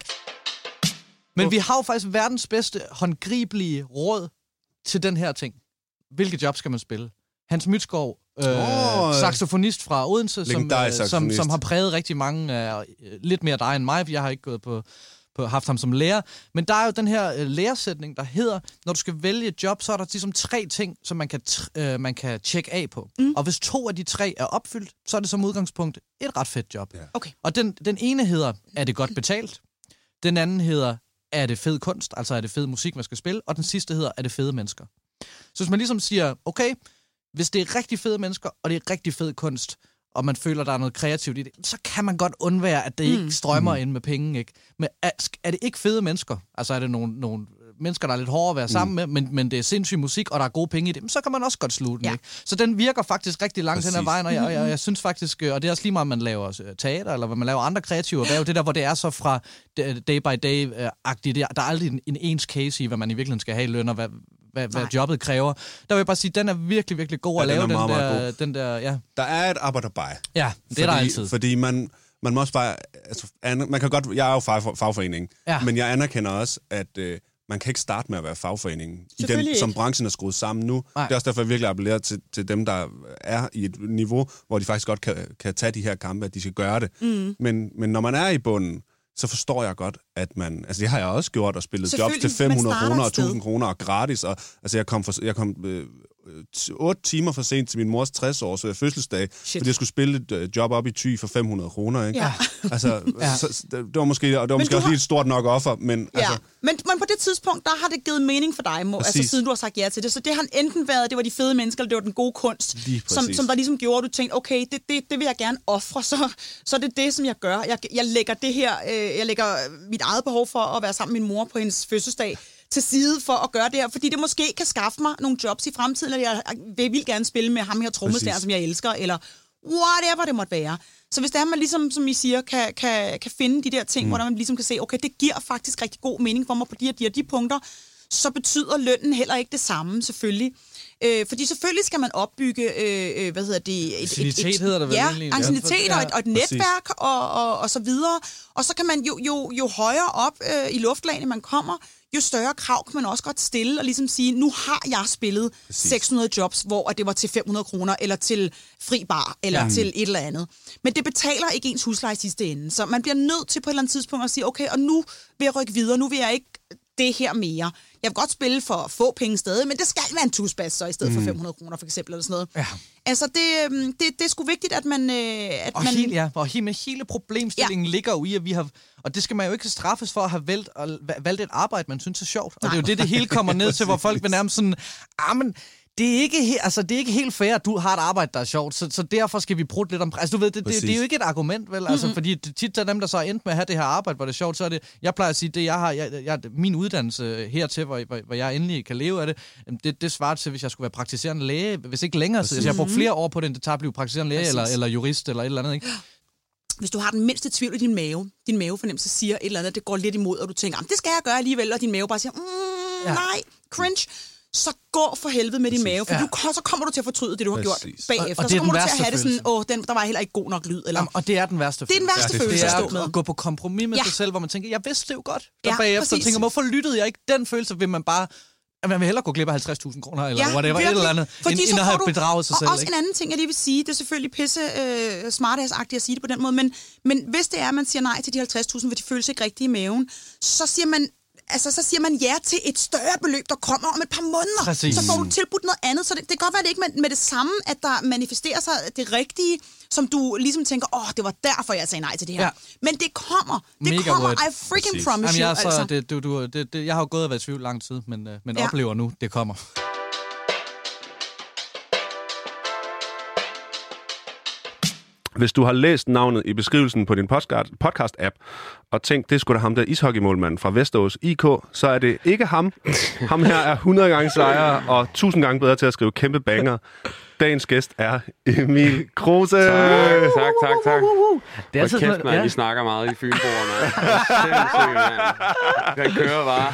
Men vi har jo faktisk verdens bedste håndgribelige råd til den her ting. Hvilke job skal man spille? Hans Mytskov, øh, oh, saxofonist fra Odense, som, øh, som, som har præget rigtig mange, øh, lidt mere dig end mig, for jeg har ikke gået på, på haft ham som lærer. Men der er jo den her øh, læresætning, der hedder, når du skal vælge et job, så er der ligesom tre ting, som man kan, øh, man kan tjekke af på. Mm. Og hvis to af de tre er opfyldt, så er det som udgangspunkt et ret fedt job. Yeah. Okay. Og den, den ene hedder, er det godt betalt? Den anden hedder, er det fed kunst? Altså er det fed musik, man skal spille? Og den sidste hedder, er det fede mennesker? Så hvis man ligesom siger, okay, hvis det er rigtig fede mennesker, og det er rigtig fed kunst, og man føler, der er noget kreativt i det, så kan man godt undvære, at det mm. ikke strømmer mm. ind med penge, ikke? Men er, er det ikke fede mennesker? Altså er det nogle, nogle mennesker, der er lidt hårdere at være sammen mm. med, men, men det er sindssyg musik, og der er gode penge i det, så kan man også godt sluge den, ja. Ikke? Så den virker faktisk rigtig langt hen ad vejen, og jeg, jeg, jeg synes faktisk, og det er også lige meget, man laver teater, eller hvad man laver andre kreative erhverv, det der, hvor det er så fra day by day-agtigt, der er aldrig en, en ens case i, hvad man i virkeligheden skal have i løn, og hvad, hvad, hvad jobbet kræver. Der vil jeg bare sige, den er virkelig, virkelig god ja, at lave, den, meget, der, meget den der, ja. Der er et arbejderbej. Ja, det fordi, er der altid. Fordi man, man må også bare, altså, man kan godt, jeg er jo fag, fagforening, ja. Men jeg anerkender også, at øh, man kan ikke starte med at være fagforening, i den, som branchen er skruet sammen nu. Nej. Det er også derfor, jeg virkelig appellerer til, til dem, der er i et niveau, hvor de faktisk godt kan, kan tage de her kampe, at de skal gøre det. Mm. Men, men når man er i bunden, så forstår jeg godt, at man... Altså, det har jeg også gjort, og spillet jobs til fem hundrede kroner og tusind kroner og gratis. Og, altså, jeg kom, for, jeg kom øh, otte timer for sent til min mors tres-års øh, fødselsdag, Shit. fordi jeg skulle spille et øh, job op i Thy for fem hundrede kroner, ikke? Ja. Altså, ja. Så, det var måske, og det var måske også har... lige et stort nok offer, men... Ja. Altså, men, men på det tidspunkt, der har det givet mening for dig, Mo, altså, siden du har sagt ja til det. Så det har enten været, det var de fede mennesker, eller det var den gode kunst, som, som der ligesom gjorde, at du tænkte, okay, det, det, det vil jeg gerne ofre, så, så er det det, som jeg gør. Jeg, jeg lægger det her, øh, jeg lægger mit eget behov for at være sammen med min mor på hendes fødselsdag til side for at gøre det her, fordi det måske kan skaffe mig nogle jobs i fremtiden, eller jeg vil, vil gerne spille med ham her trommeslærer, som jeg elsker, eller whatever det måtte være. Så hvis det er, man ligesom, som I siger, kan, kan, kan finde de der ting, mm. hvor man ligesom kan se, okay, det giver faktisk rigtig god mening for mig på de her de, her, de punkter, så betyder lønnen heller ikke det samme, selvfølgelig. Øh, fordi selvfølgelig skal man opbygge, øh, hvad hedder det? Anciennitet hedder det vel ja, egentlig. Anciennitet og et, og et netværk og, og, og så videre. Og så kan man jo, jo, jo højere op øh, i luftlagene man kommer, jo større krav kan man også godt stille og ligesom sige, nu har jeg spillet Præcis. seks hundrede jobs, hvor det var til fem hundrede kroner, eller til fri bar, eller ja. til et eller andet. Men det betaler ikke ens husleje i sidste ende. Så man bliver nødt til på et eller andet tidspunkt at sige, okay, og nu vil jeg rykke videre, nu vil jeg ikke det her mere. Jeg vil godt spille for få penge stadig, men det skal være en tusbas så i stedet mm. for fem hundrede kroner for eksempel, eller sådan noget. Ja. Altså, det, det, det er sgu vigtigt, at man... At og, man hele, ja, og hele, hele problemstillingen ja. ligger jo i, at vi har... Og det skal man jo ikke straffes for at have valgt, og valgt et arbejde, man synes er sjovt. Og Nej. det er jo det, det hele kommer ned til, hvor folk vil nærmest sådan... Ah, men det er ikke, he- altså, det er ikke helt fair, at du har et arbejde, der er sjovt, så, så derfor skal vi bruge lidt om... Altså, du ved, det, det, det er jo ikke et argument, vel? Altså, mm-hmm. fordi tit er dem, der så er endt med at have det her arbejde, hvor det er sjovt, så er det... Jeg plejer at sige, det jeg har... Jeg, jeg, min uddannelse hertil, hvor, hvor, hvor jeg endelig kan leve af det, det, det svarer til, hvis jeg skulle være praktiserende læge, hvis ikke længere. Så jeg har brugt flere år på det, end det tager at blive praktiserende læge, eller, eller jurist, eller et eller andet, ikke? Hvis du har den mindste tvivl i din mave, din mavefornemmelse siger et eller andet, det går lidt imod, og du tænker, det skal jeg gøre alligevel, og din mave bare siger, mm, ja. nej, cringe, så gå for helvede med din Præcis. mave, for ja. du, så kommer du til at fortryde det, du har Præcis. gjort bagefter. Og, og så kommer du til at have det sådan, åh, den, der var heller ikke god nok lyd. Eller... Jamen, og det er den værste følelse. Det er den værste ja, følelse at stå med. At gå på kompromis med ja. sig selv, hvor man tænker, jeg vidste det jo godt. Der ja, bagefter præcis. tænker, hvorfor lyttede jeg ikke? Den følelse vil man bare... Man vil hellere gå glip af halvtreds tusind kroner, eller ja, whatever, et eller andet, end, end at have du, bedraget sig og selv. Og også ikke? en anden ting, jeg lige vil sige, det er selvfølgelig pisse øh, smartass-agtigt at sige det på den måde, men, men hvis det er, at man siger nej til de halvtreds tusind, for de føles ikke rigtigt i maven, så siger man... Altså, så siger man ja til et større beløb, der kommer om et par måneder. Præcis. Så får du tilbudt noget andet. Så det, det kan godt være, det ikke med, med det samme, at der manifesterer sig det rigtige, som du ligesom tænker, åh, oh, det var derfor, jeg sagde nej til det her. Ja. Men det kommer. Det Mega kommer. Word. I freaking Præcis. promise Jamen, jeg, you. så, altså. det, du, du, det, det, jeg har jo gået og været i tvivl lang tid, men, men ja. oplever nu, det kommer. Hvis du har læst navnet i beskrivelsen på din podcast-app, og tænkt, det skulle da ham der ishockeymålmand fra Västerås I K, så er det ikke ham. Ham her er hundrede gange sejere og tusind gange bedre til at skrive kæmpe banger. Dagens gæst er Emil Kruse. Tak, tak, tak, tak. Det er altid kæft, man, ja. vi snakker meget i Fynborg, man. Sindssygt, man. Den kører bare.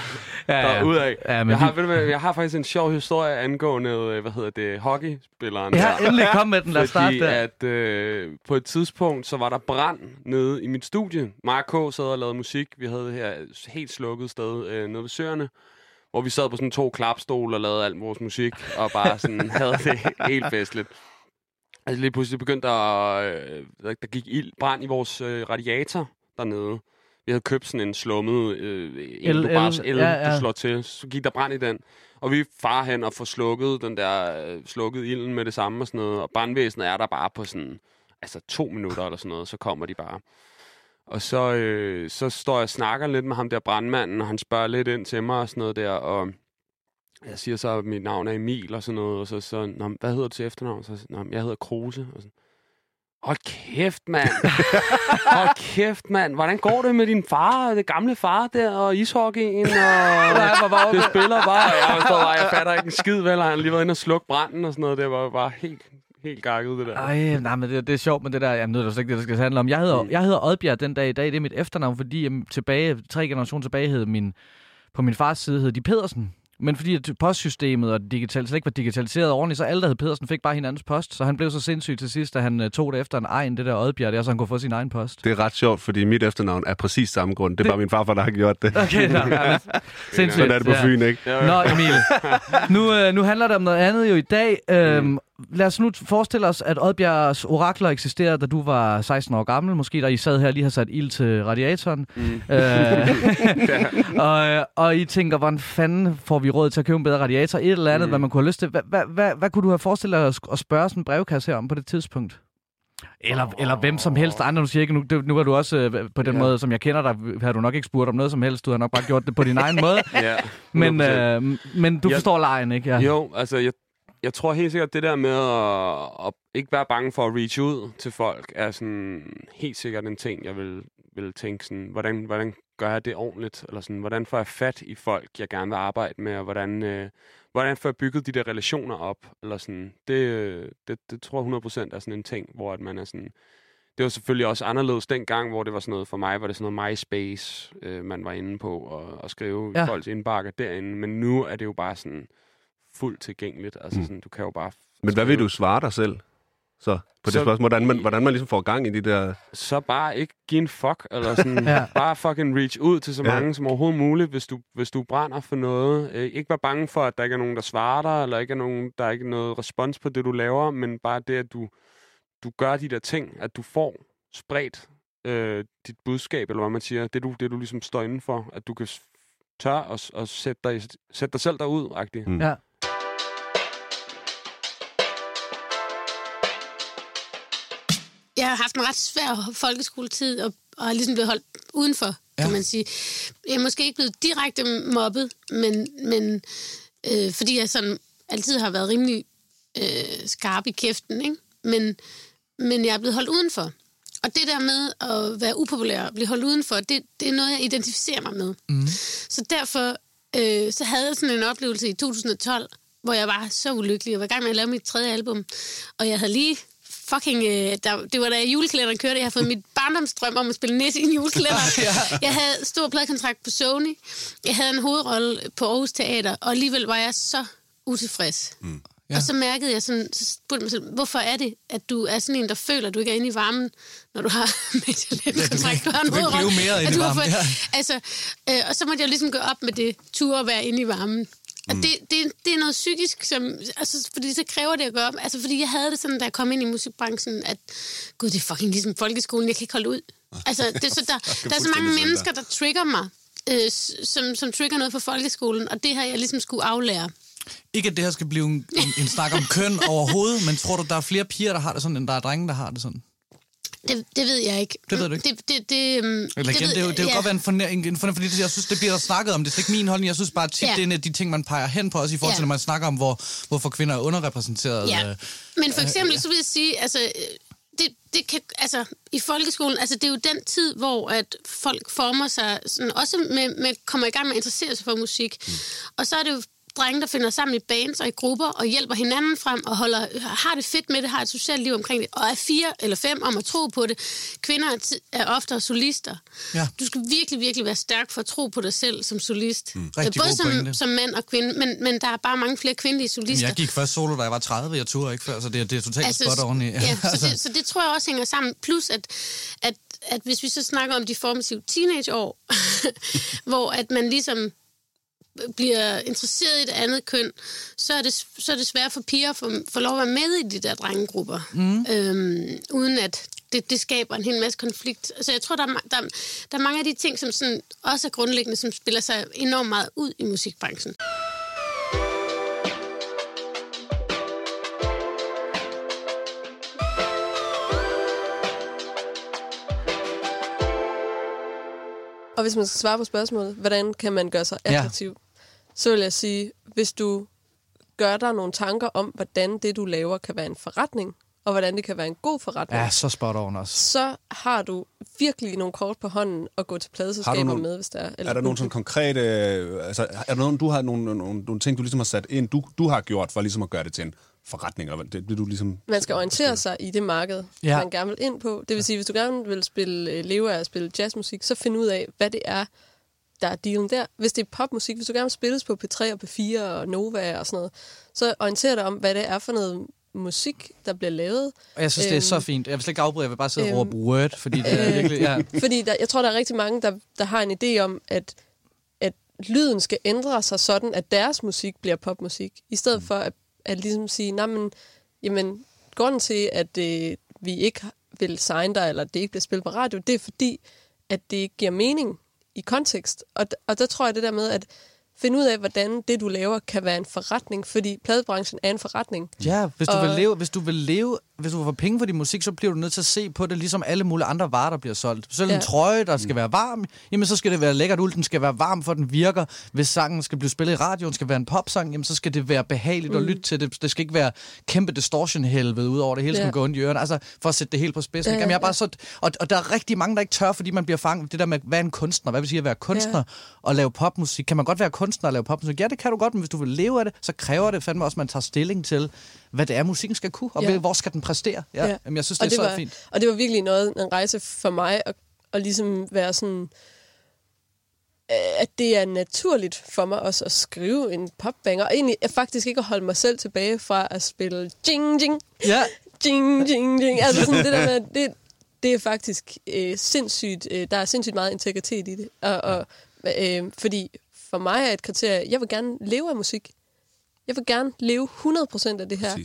derudad. Ja, men jeg, har, de... ved du hvad, jeg har faktisk en sjov historie angående, hvad hedder det, hockeyspilleren. Ja, der. endelig kom med den, lad os starte der. Fordi at øh, på et tidspunkt, så var der brand nede i mit studie. Mark K. sad og lavede musik. Vi havde det her helt slukket sted øh, nede ved Søerne, hvor vi sad på sådan to klapstole og lavede alt vores musik, og bare sådan havde det helt festligt. Altså lige pludselig begyndte der, øh, der gik ild, brand i vores øh, radiator dernede. Vi havde købt sådan en slummet øh, en, el, du bare el, ja, ja. du slår til. Så gik der brand i den. Og vi far hen og får slukket den der, øh, slukket ilden med det samme og sådan noget. Og brandvæsenet er der bare på sådan, altså to minutter eller sådan noget, så kommer de bare. Og så, øh, så står jeg og snakker lidt med ham der brandmanden, og han spørger lidt ind til mig og sådan noget der, og jeg siger så, at mit navn er Emil og sådan noget, og så, så hvad hedder du til efternavn? Så jeg hedder Kruse. Og sådan, hold kæft, mand. Hold kæft, mand. Hvordan går det med din far, det gamle far der, og ishockeyen, og det spiller bare. Og jeg, bare, jeg fatter ikke en skid, vel, han lige været inde og slukke branden og sådan noget. Det var bare helt, helt gakket, det der. Ej, nej, men det, det er sjovt med det der. Jeg ved det ikke, det, det skal handle om. Jeg hedder, mm. jeg hedder Oddbjerg den dag i dag. Det er mit efternavn, fordi jeg tilbage, tre generationer tilbage hed min, på min fars side hed de Pedersen. Men fordi postsystemet og digital, slet ikke var digitaliseret ordentligt, så alle, der hed Pedersen, fik bare hinandens post. Så han blev så sindssyg til sidst, da han uh, tog det efter en egen, det der Oddbjerg, der, så han kunne få sin egen post. Det er ret sjovt, fordi mit efternavn er præcis samme grund. Det er det... bare min farfar, der har gjort det. Okay, ja, ja, sindssygt. Sådan er det på Fyn, ikke? Nå, Emil. Nu, uh, nu handler det om noget andet jo i dag. Uh, mm. Lad os nu forestille os, at Oddbjergs orakler eksisterede, da du var seksten år gammel. Måske da I sad her og lige har sat ild til radiatoren. Mm. Øh, og, og I tænker, hvordan fanden får vi råd til at købe en bedre radiator? Et eller andet, mm. hvad man kunne have lyst til. Hvad, hvad, hvad, hvad kunne du have forestillet dig at spørge sådan en brevkasse her om på det tidspunkt? Eller, oh. eller hvem som helst andre. Nu siger ikke, nu, nu var du også øh, på den ja. måde, som jeg kender dig, har du nok ikke spurgt om noget som helst. Du har nok bare gjort det på din egen måde. Ja, men, øh, men du forstår jeg, lejen, ikke? Ja. Jo, altså jeg Jeg tror helt sikkert, det der med at, at ikke være bange for at reach ud til folk, er sådan helt sikkert en ting, jeg vil, vil tænke sådan, hvordan, hvordan gør jeg det ordentligt? Eller sådan, hvordan får jeg fat i folk, jeg gerne vil arbejde med, og hvordan, øh, hvordan får jeg bygget de der relationer op? Eller sådan, det, det, det tror jeg hundrede procent er sådan en ting, hvor at man er sådan... Det var selvfølgelig også anderledes dengang, hvor det var sådan noget, for mig var det sådan noget MySpace, øh, man var inde på, og, og skrive ja. folks indbakker derinde. Men nu er det jo bare sådan... fuldt tilgængeligt. Altså sådan, du kan jo bare... Men hvad vil du svare dig selv? Så på det så, spørgsmål, hvordan man, hvordan man ligesom får gang i de der... Så bare ikke give en fuck, eller sådan, ja. bare fucking reach ud til så mange ja. som overhovedet muligt, hvis du, hvis du brænder for noget. Øh, ikke være bange for, at der ikke er nogen, der svarer dig, eller ikke er nogen, der er ikke noget respons på det, du laver, men bare det, at du, du gør de der ting, at du får spredt øh, dit budskab, eller hvad man siger, det du, det du ligesom står inden for, at du kan tør og, og sætte, dig, sætte dig selv derud, agtigt. Mm. Ja. Jeg har haft en ret svær folkeskoletid, og, og har ligesom blevet holdt udenfor, ja. kan man sige. Jeg er måske ikke blevet direkte mobbet, men, men øh, fordi jeg sådan altid har været rimelig øh, skarp i kæften, ikke? Men, men jeg er blevet holdt udenfor. Og det der med at være upopulær og blive holdt udenfor, det, det er noget, jeg identificerer mig med. Mm. Så derfor øh, så havde jeg sådan en oplevelse i to tusind og tolv, hvor jeg var så ulykkelig. Jeg var i gang med at lave mit tredje album, og jeg havde lige fucking... Øh, der, det var da julekalenderen kørte. Jeg havde fået mit barndomsdrøm om at spille nisse i en julekalender. ja. Jeg havde stor pladekontrakt på Sony. Jeg havde en hovedrolle på Aarhus Teater, og alligevel var jeg så utilfreds. Mm. Ja. Og så mærkede jeg sådan, så spurgte mig selv, hvorfor er det, at du er sådan en, der føler, at du ikke er inde i varmen, når du har mediekontrakt, du har en hovedrolle. Du mere inde i varmen, ja. Altså, øh, og så måtte jeg ligesom gå op med det, ture at være inde i varmen. Og mm. det, det, det er noget psykisk, som, altså, fordi så kræver det at gå op. Altså, fordi jeg havde det sådan, da jeg kom ind i musikbranchen, at gud, det er fucking ligesom folkeskolen, jeg kan ikke holde ud. Altså, det, så der, der er så mange mennesker, der trigger mig, øh, som, som trigger noget for folkeskolen, og det har jeg ligesom skulle aflære. Ikke, at det her skal blive en, en, en snak om køn overhovedet, men tror du, der er flere piger, der har det sådan, end der er drenge, der har det sådan? Det, det ved jeg ikke. Det ved du ikke? Det, det, det, um, Eller igen, det, ved, det er jo, det er jo ja. godt være en fornærmelse, en fornær, fordi det, jeg synes, det bliver der snakket om. Det er ikke min holdning. Jeg synes bare tit, ja. det er en af de ting, man peger hen på, også i forhold til, ja. når man snakker om, hvor, hvorfor kvinder er underrepræsenteret. Ja. Men for eksempel, ja. så vil jeg sige, altså... Det, det kan, altså, i folkeskolen, altså, det er jo den tid, hvor at folk former sig, sådan, også med, med, kommer i gang med at interessere sig for musik. Mm. Og så er det jo drenge, der finder sammen i bands og i grupper og hjælper hinanden frem og holder, har det fedt med det, har et socialt liv omkring det, og er fire eller fem om at tro på det. Kvinder er, t- er oftere solister. Ja. Du skal virkelig, virkelig være stærk for at tro på dig selv som solist. Mm. Både som, som mand og kvinde, men, men der er bare mange flere kvindelige solister. Jamen, jeg gik først solo, da jeg var tredive, jeg turde ikke før, så det, det er totalt altså, spot oveni. Ja, så, det, så det tror jeg også hænger sammen. Plus, at, at, at hvis vi så snakker om de formative teenageår, hvor at man ligesom bliver interesseret i et andet køn, så er det, så er det svært for piger at få, få lov at være med i de der drengegrupper, mm. øhm, uden at det, det skaber en hel masse konflikt. Altså jeg tror, der er, der, der er mange af de ting, som sådan også er grundlæggende, som spiller sig enormt meget ud i musikbranchen. Og hvis man skal svare på spørgsmålet, hvordan kan man gøre sig attraktiv, ja. så vil jeg sige, hvis du gør dig nogle tanker om, hvordan det, du laver, kan være en forretning, og hvordan det kan være en god forretning. Ja, så spot on også. Så har du virkelig nogle kort på hånden at gå til pladeselskaber nogle, med, hvis der er. Eller er der nogle sådan konkrete... Altså, er der nogen, du har nogle, nogle, nogle ting, du ligesom har sat ind, du, du har gjort for ligesom at gøre det til en forretning? Eller det, det, du ligesom... Man skal orientere sig i det marked, ja. man gerne vil ind på. Det vil sige, hvis du gerne vil spille, leve af at spille jazzmusik, så find ud af, hvad det er, der er dealen der. Hvis det er popmusik, hvis du gerne vil spilles på P tre og P fire og Nova og sådan noget, så orienter dig om, hvad det er for noget musik, der bliver lavet. Og jeg synes, øhm, det er så fint. Jeg vil slet ikke afbryde, jeg vil bare sidde øhm, og råbe word, fordi det er virkelig... Ja. Fordi der, jeg tror, der er rigtig mange, der, der har en idé om, at, at lyden skal ændre sig sådan, at deres musik bliver popmusik, i stedet for at, at ligesom sige, nej, men, jamen, grunden til, at øh, vi ikke vil signe dig, eller det ikke bliver spillet på radio, det er fordi, at det ikke giver mening i kontekst. Og, og der tror jeg det der med, at finde ud af, hvordan det, du laver, kan være en forretning, fordi pladebranchen er en forretning. Ja, hvis du og, vil leve, hvis du vil leve, hvis du vil få penge for din musik, så bliver du nødt til at se på det, ligesom alle mulige andre varer, der bliver solgt. Selv ja. en trøje, der skal være varm, jamen så skal det være lækkert uld, den skal være varm, for den virker. Hvis sangen skal blive spillet i radioen, skal være en popsang, jamen så skal det være behageligt mm. at lytte til det. Det skal ikke være kæmpe distortion-helvede ud over det hele, ja. skal gå ondt i ørerne. Altså, for at sætte det helt på spidsen. Ja, jamen, jeg er bare så, og, og der er rigtig mange, der ikke tør, fordi man bliver fanget. Det der med, hvad er en kunstner? Hvad vil sige at være kunstner ja. og lave popmusik? Kan man godt være kunstner og lave popmusik? Ja, det kan du godt, men hvis du vil leve af det, så kræver det fandme også, at man tager stilling til, hvad det er, musikken skal kunne, og ja. hvor skal den præstere. Ja. Ja. Jamen, jeg synes, det, det er så var, fint. Og det var virkelig noget, en rejse for mig, at, at ligesom være sådan, at det er naturligt for mig også at skrive en popbanger, og egentlig faktisk ikke at holde mig selv tilbage fra at spille jing, jing, ja. jing, jing, jing. Altså sådan det der med, det, det er faktisk øh, sindssygt, øh, der er sindssygt meget integritet i det, og, og, øh, fordi for mig er et kriterie, jeg vil gerne leve af musik. Jeg vil gerne leve hundrede procent af det her.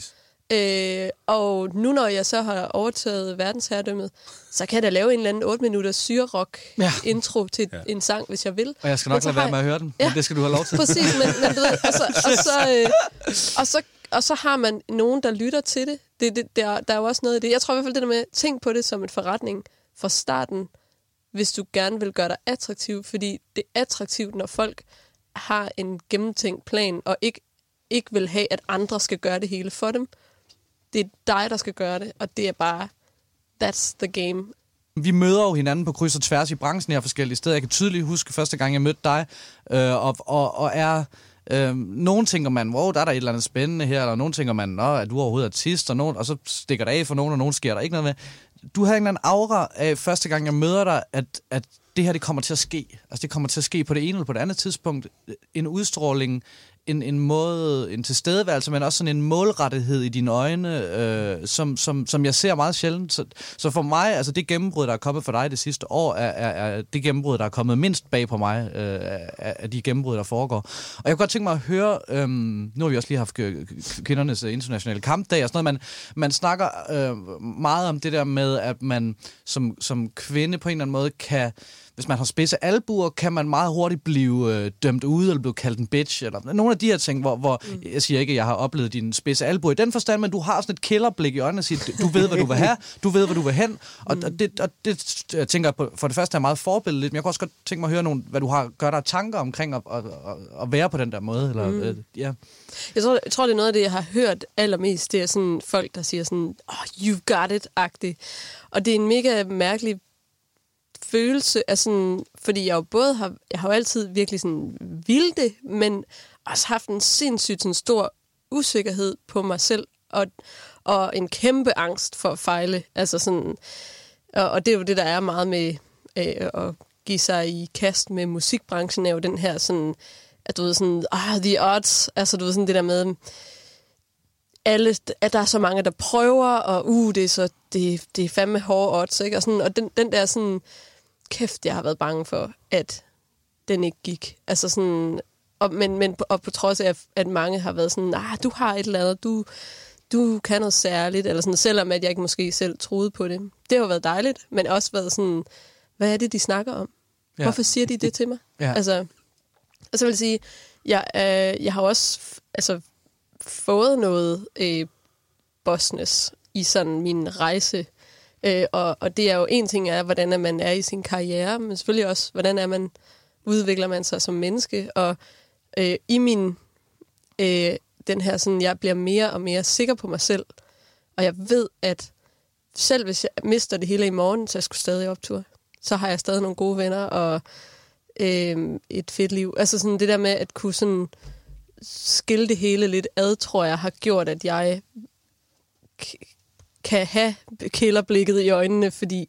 Øh, og nu når jeg så har overtaget verdensherredømmet, så kan jeg da lave en eller anden otte minutters syrerock ja. intro til ja. en sang, hvis jeg vil. Og jeg skal nok lade være med at høre den, ja. men det skal du have lov til. Præcis, men, men du ved, og så, og, så, øh, og, så, og så har man nogen, der lytter til det. det, det der, der er jo også noget i det. Jeg tror i hvert fald det der med, tænk på det som en forretning fra starten, hvis du gerne vil gøre dig attraktiv, fordi det er attraktivt, når folk har en gennemtænkt plan, og ikke, ikke vil have, at andre skal gøre det hele for dem. Det er dig, der skal gøre det, og det er bare, that's the game. Vi møder jo hinanden på kryds og tværs i branchen her forskellige steder. Jeg kan tydeligt huske første gang, jeg mødte dig, øh, og, og, og er... Øh, nogen tænker man, wow, der er der et eller andet spændende her, eller nogen tænker man, nå, er du overhovedet artist, og, nogen, og så stikker det af for nogen, og nogen sker der ikke noget med. Du havde en eller anden aura af første gang, jeg møder dig, at, at det her, det kommer til at ske. Altså, det kommer til at ske på det ene eller på det andet tidspunkt. En udstråling, en, en måde, en tilstedeværelse, men også sådan en målrettighed i dine øjne, øh, som, som, som jeg ser meget sjældent. Så, så for mig, altså det gennembrud, der er kommet for dig det sidste år, er, er, er det gennembrud, der er kommet mindst bag på mig, øh, af, af de gennembrud, der foregår. Og jeg kunne godt tænke mig at høre, øh, nu har vi også lige haft kvindernes internationale kampdag og sådan noget, man, man snakker øh, meget om det der med, at man som, som kvinde på en eller anden måde kan... Hvis man har spidse albuer, kan man meget hurtigt blive øh, dømt ude, eller blive kaldt en bitch, eller nogle af de her ting, hvor, hvor mm. jeg siger ikke, at jeg har oplevet din spidse albuer i den forstand, men du har sådan et killerblik i øjnene og siger, du ved, hvad du vil have, du ved, hvad du vil hen, og, mm. og, det, og det, jeg tænker på, for det første er meget forbilledligt, men jeg kunne også godt tænke mig at høre nogle, hvad du har, gør dig tanker omkring at, at, at, at være på den der måde, eller, mm. øh, ja. Jeg tror, jeg tror, det er noget af det, jeg har hørt allermest, det er sådan folk, der siger sådan, oh, you've got it-agtigt, og det er en mega mærkelig følelse af sådan, fordi jeg jo både har, jeg har jo altid virkelig sådan ville det, men også haft en sindssygt sådan, stor usikkerhed på mig selv, og, og en kæmpe angst for at fejle. Altså sådan, og, og det er jo det, der er meget med øh, at give sig i kast med musikbranchen, er jo den her sådan, at du ved sådan, ah, the odds, altså du ved sådan det der med, alle, at der er så mange, der prøver, og uh, det er så, det, det er fandme hårde odds, ikke? Og, sådan, og den, den der sådan, kæft, jeg har været bange for, at den ikke gik. Altså sådan, og, men, men og på trods af, at mange har været sådan, ah, du har et eller andet, du, du kan noget særligt, eller sådan, selvom at jeg ikke måske selv troede på det. Det har jo været dejligt, men også været sådan, hvad er det, de snakker om? Ja. Hvorfor siger de det til mig? Ja. Altså, og så vil jeg sige, jeg, øh, jeg har også altså, fået noget øh, bossness i sådan min rejse. Øh, og, og det er jo en ting er, hvordan er man er i sin karriere, men selvfølgelig også, hvordan er man, udvikler man sig som menneske. Og øh, i min, øh, den her sådan, jeg bliver mere og mere sikker på mig selv. Og jeg ved, at selv hvis jeg mister det hele i morgen, så jeg skulle stadig optur. Så har jeg stadig nogle gode venner og øh, et fedt liv. Altså sådan det der med at kunne sådan skille det hele lidt ad, tror jeg, har gjort, at jeg k- kan have kælderblikket i øjnene, fordi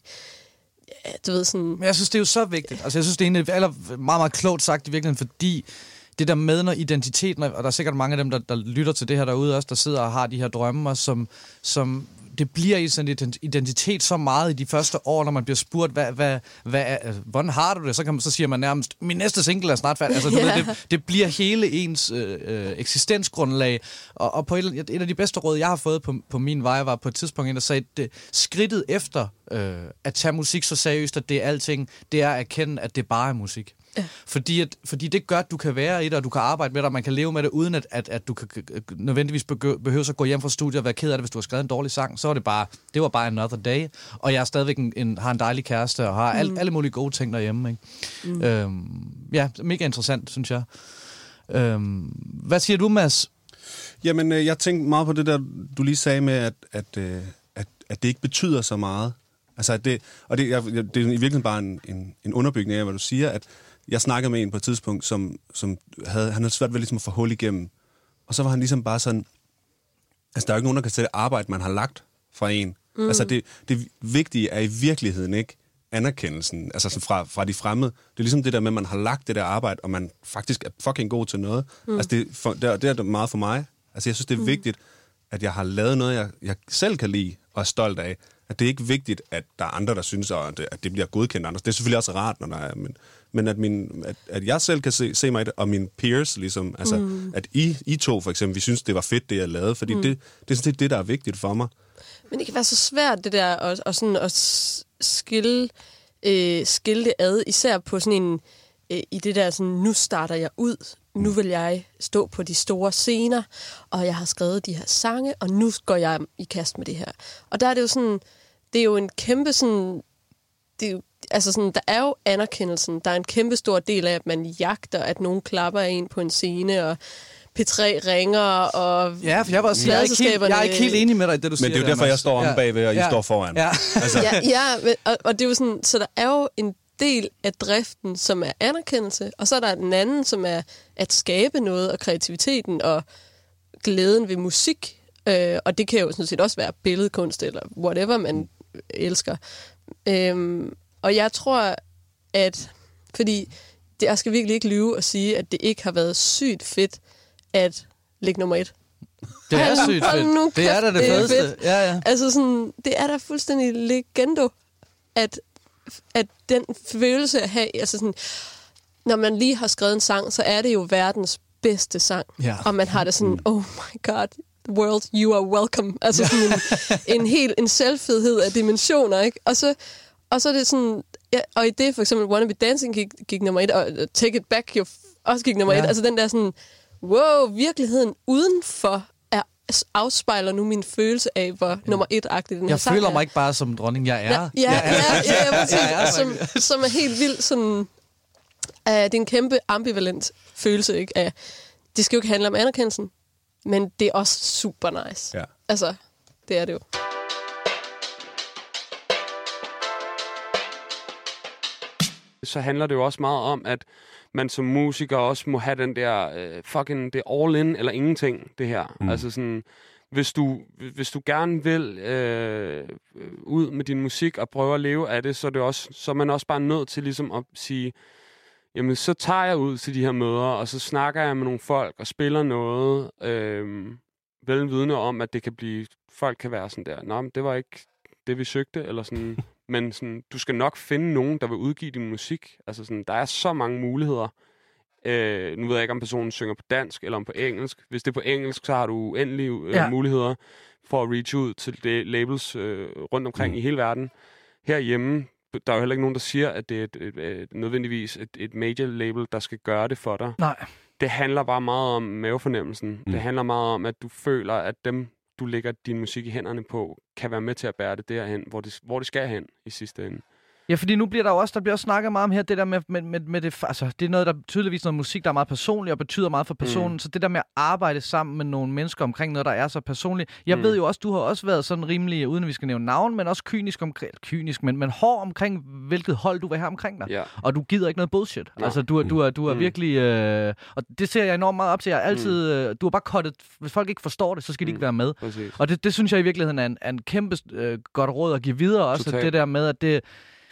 ja, du ved sådan... Men jeg synes, det er jo så vigtigt. Altså, jeg synes, det er egentlig eller meget, meget klogt sagt i virkeligheden, fordi det der med, når identiteten, og der er sikkert mange af dem, der, der lytter til det her derude også, der sidder og har de her drømme, som, som det bliver i sådan en identitet så meget i de første år, når man bliver spurgt, hvad, hvad, hvad er, hvordan har du det? Så, kan man, så siger man nærmest, min næste single er snart færdig. Altså, du yeah. ved, det, det bliver hele ens øh, eksistensgrundlag. Og, og på et, et af de bedste råd, jeg har fået på, på min vej, var på et tidspunkt, der sagde, at skridtet efter øh, at tage musik så seriøst, at det er alting, det er at erkende, at det bare er musik. Ja. Fordi, at, fordi det gør, at du kan være i det, og du kan arbejde med det, og man kan leve med det, uden at, at, at du kan nødvendigvis behøver at gå hjem fra studiet og være ked af det, hvis du har skrevet en dårlig sang. Så var det bare, det var bare another day. Og jeg er stadigvæk en, en, har en dejlig kæreste, og har mm. al, alle mulige gode ting derhjemme. Ikke? Mm. Øhm, ja, mega interessant, synes jeg. Øhm, hvad siger du, Mads? Jamen, jeg tænkte meget på det der, du lige sagde med, at, at, at, at det ikke betyder så meget. Altså, at det, og det, jeg, det er i virkeligheden bare en, en, en underbygning af, hvad du siger, at jeg snakkede med en på et tidspunkt, som, som havde, han havde svært ved ligesom at få hul igennem. Og så var han ligesom bare sådan, altså der er jo ikke nogen, der kan sætte arbejde, man har lagt fra en. Mm. Altså det, det vigtige er i virkeligheden ikke anerkendelsen, altså sådan fra, fra de fremmede. Det er ligesom det der med, at man har lagt det der arbejde, og man faktisk er fucking god til noget. Mm. Altså det, for, det, det er meget for mig. Altså jeg synes, det er mm. vigtigt, at jeg har lavet noget, jeg, jeg selv kan lide og er stolt af. At det er ikke vigtigt, at der er andre, der synes, at det, at det bliver godkendt andre. Det er selvfølgelig også rart, når der er, men, men at, min, at, at jeg selv kan se, se mig i det, og mine peers, ligesom, altså, mm. at I, I to for eksempel, vi synes, det var fedt, det jeg lavede, fordi mm. det, det er sådan det, der er vigtigt for mig. Men det kan være så svært, det der, at, at, sådan, at skille, øh, skille det ad, især på sådan en, øh, i det der sådan, nu starter jeg ud, nu vil jeg stå på de store scener, og jeg har skrevet de her sange, og nu går jeg i kast med det her. Og der er det jo sådan, det er jo en kæmpe sådan, det er jo, altså sådan, der er jo anerkendelsen, der er en kæmpe stor del af, at man jagter, at nogen klapper en på en scene, og P tre ringer, og ja, for jeg, var, jeg, er ikke helt, jeg er ikke helt enig med dig i det, du men siger. Men det er jo derfor, jeg står om bagved, og I ja. står foran. Ja, altså. ja, ja og, og det er jo sådan, så der er jo en del af driften, som er anerkendelse, og så er der den anden, som er at skabe noget, og kreativiteten, og glæden ved musik, øh, og det kan jo sådan set også være billedkunst, eller whatever man elsker. Øhm, og jeg tror, at, fordi det, jeg skal virkelig ikke lyve og sige, at det ikke har været sygt fedt, at ligge nummer et. Det er sygt fedt. Det er da det, det fedeste. Ja, ja. Altså sådan, det er da fuldstændig legendo, at at den følelse at have, altså sådan, når man lige har skrevet en sang, så er det jo verdens bedste sang. Ja. Og man har det sådan, oh my god, the world, you are welcome. Altså sådan en, en helt en selvfedhed af dimensioner, ikke? Og så, og så er det sådan, ja, og i det for eksempel Wanna Be Dancing gik, gik nummer et, og Take It Back jo også gik nummer ja. et. Altså den der sådan, wow, virkeligheden udenfor afspejler nu min følelse af, hvor ja. nummer et-agtig den her jeg sang føler er. mig ikke bare som dronning, jeg er. Ja, ja, jeg er. ja, ja, ja, ja, ja, ja som, som er helt vildt sådan... Uh, det er en kæmpe ambivalent følelse, ikke? Uh, det skal jo ikke handle om anerkendelsen, men det er også super nice. Ja. Altså, det er det jo. så handler det jo også meget om, at man som musiker også må have den der øh, fucking, det all in eller ingenting, det her. Mm. Altså sådan, hvis du, hvis du gerne vil øh, ud med din musik og prøve at leve af det, så er, det også, så er man også bare nødt til ligesom at sige, jamen så tager jeg ud til de her møder, og så snakker jeg med nogle folk og spiller noget, øh, velvidende om, at det kan blive, folk kan være sådan der, nå, men det var ikke det, vi søgte, eller sådan, men sådan, du skal nok finde nogen, der vil udgive din musik. Altså sådan, der er så mange muligheder. Øh, nu ved jeg ikke, om personen synger på dansk eller om på engelsk. Hvis det er på engelsk, så har du uendelige øh, ja. muligheder for at reach ud til det labels øh, rundt omkring mm. i hele verden. Herhjemme, der er jo heller ikke nogen, der siger, at det er et, et, et, nødvendigvis et, et major label, der skal gøre det for dig. Nej. Det handler bare meget om mavefornemmelsen. Mm. Det handler meget om, at du føler, at dem, du lægger din musik i hænderne på, kan være med til at bære det derhen, hvor det, hvor det skal hen i sidste ende. Ja, fordi nu bliver der jo også, der bliver også snakket meget om her, det der med, med, med, med det, altså det er noget, der tydeligvis noget musik, der er meget personligt og betyder meget for personen, mm. så det der med at arbejde sammen med nogle mennesker omkring noget, der er så personligt. Jeg mm. ved jo også, du har også været sådan rimelig, uden at vi skal nævne navn, men også kynisk omkring, kynisk, men, men hård omkring, hvilket hold du vil have omkring dig. Yeah. Og du gider ikke noget bullshit. No. Altså du, du, er, du er mm. virkelig, øh, og det ser jeg enormt meget op til. Jeg er altid, øh, du har bare cuttet, hvis folk ikke forstår det, så skal de mm. ikke være med. Præcis. Og det, det synes jeg i virkeligheden er en, er en kæmpe øh, godt råd at give videre også, det der med, at det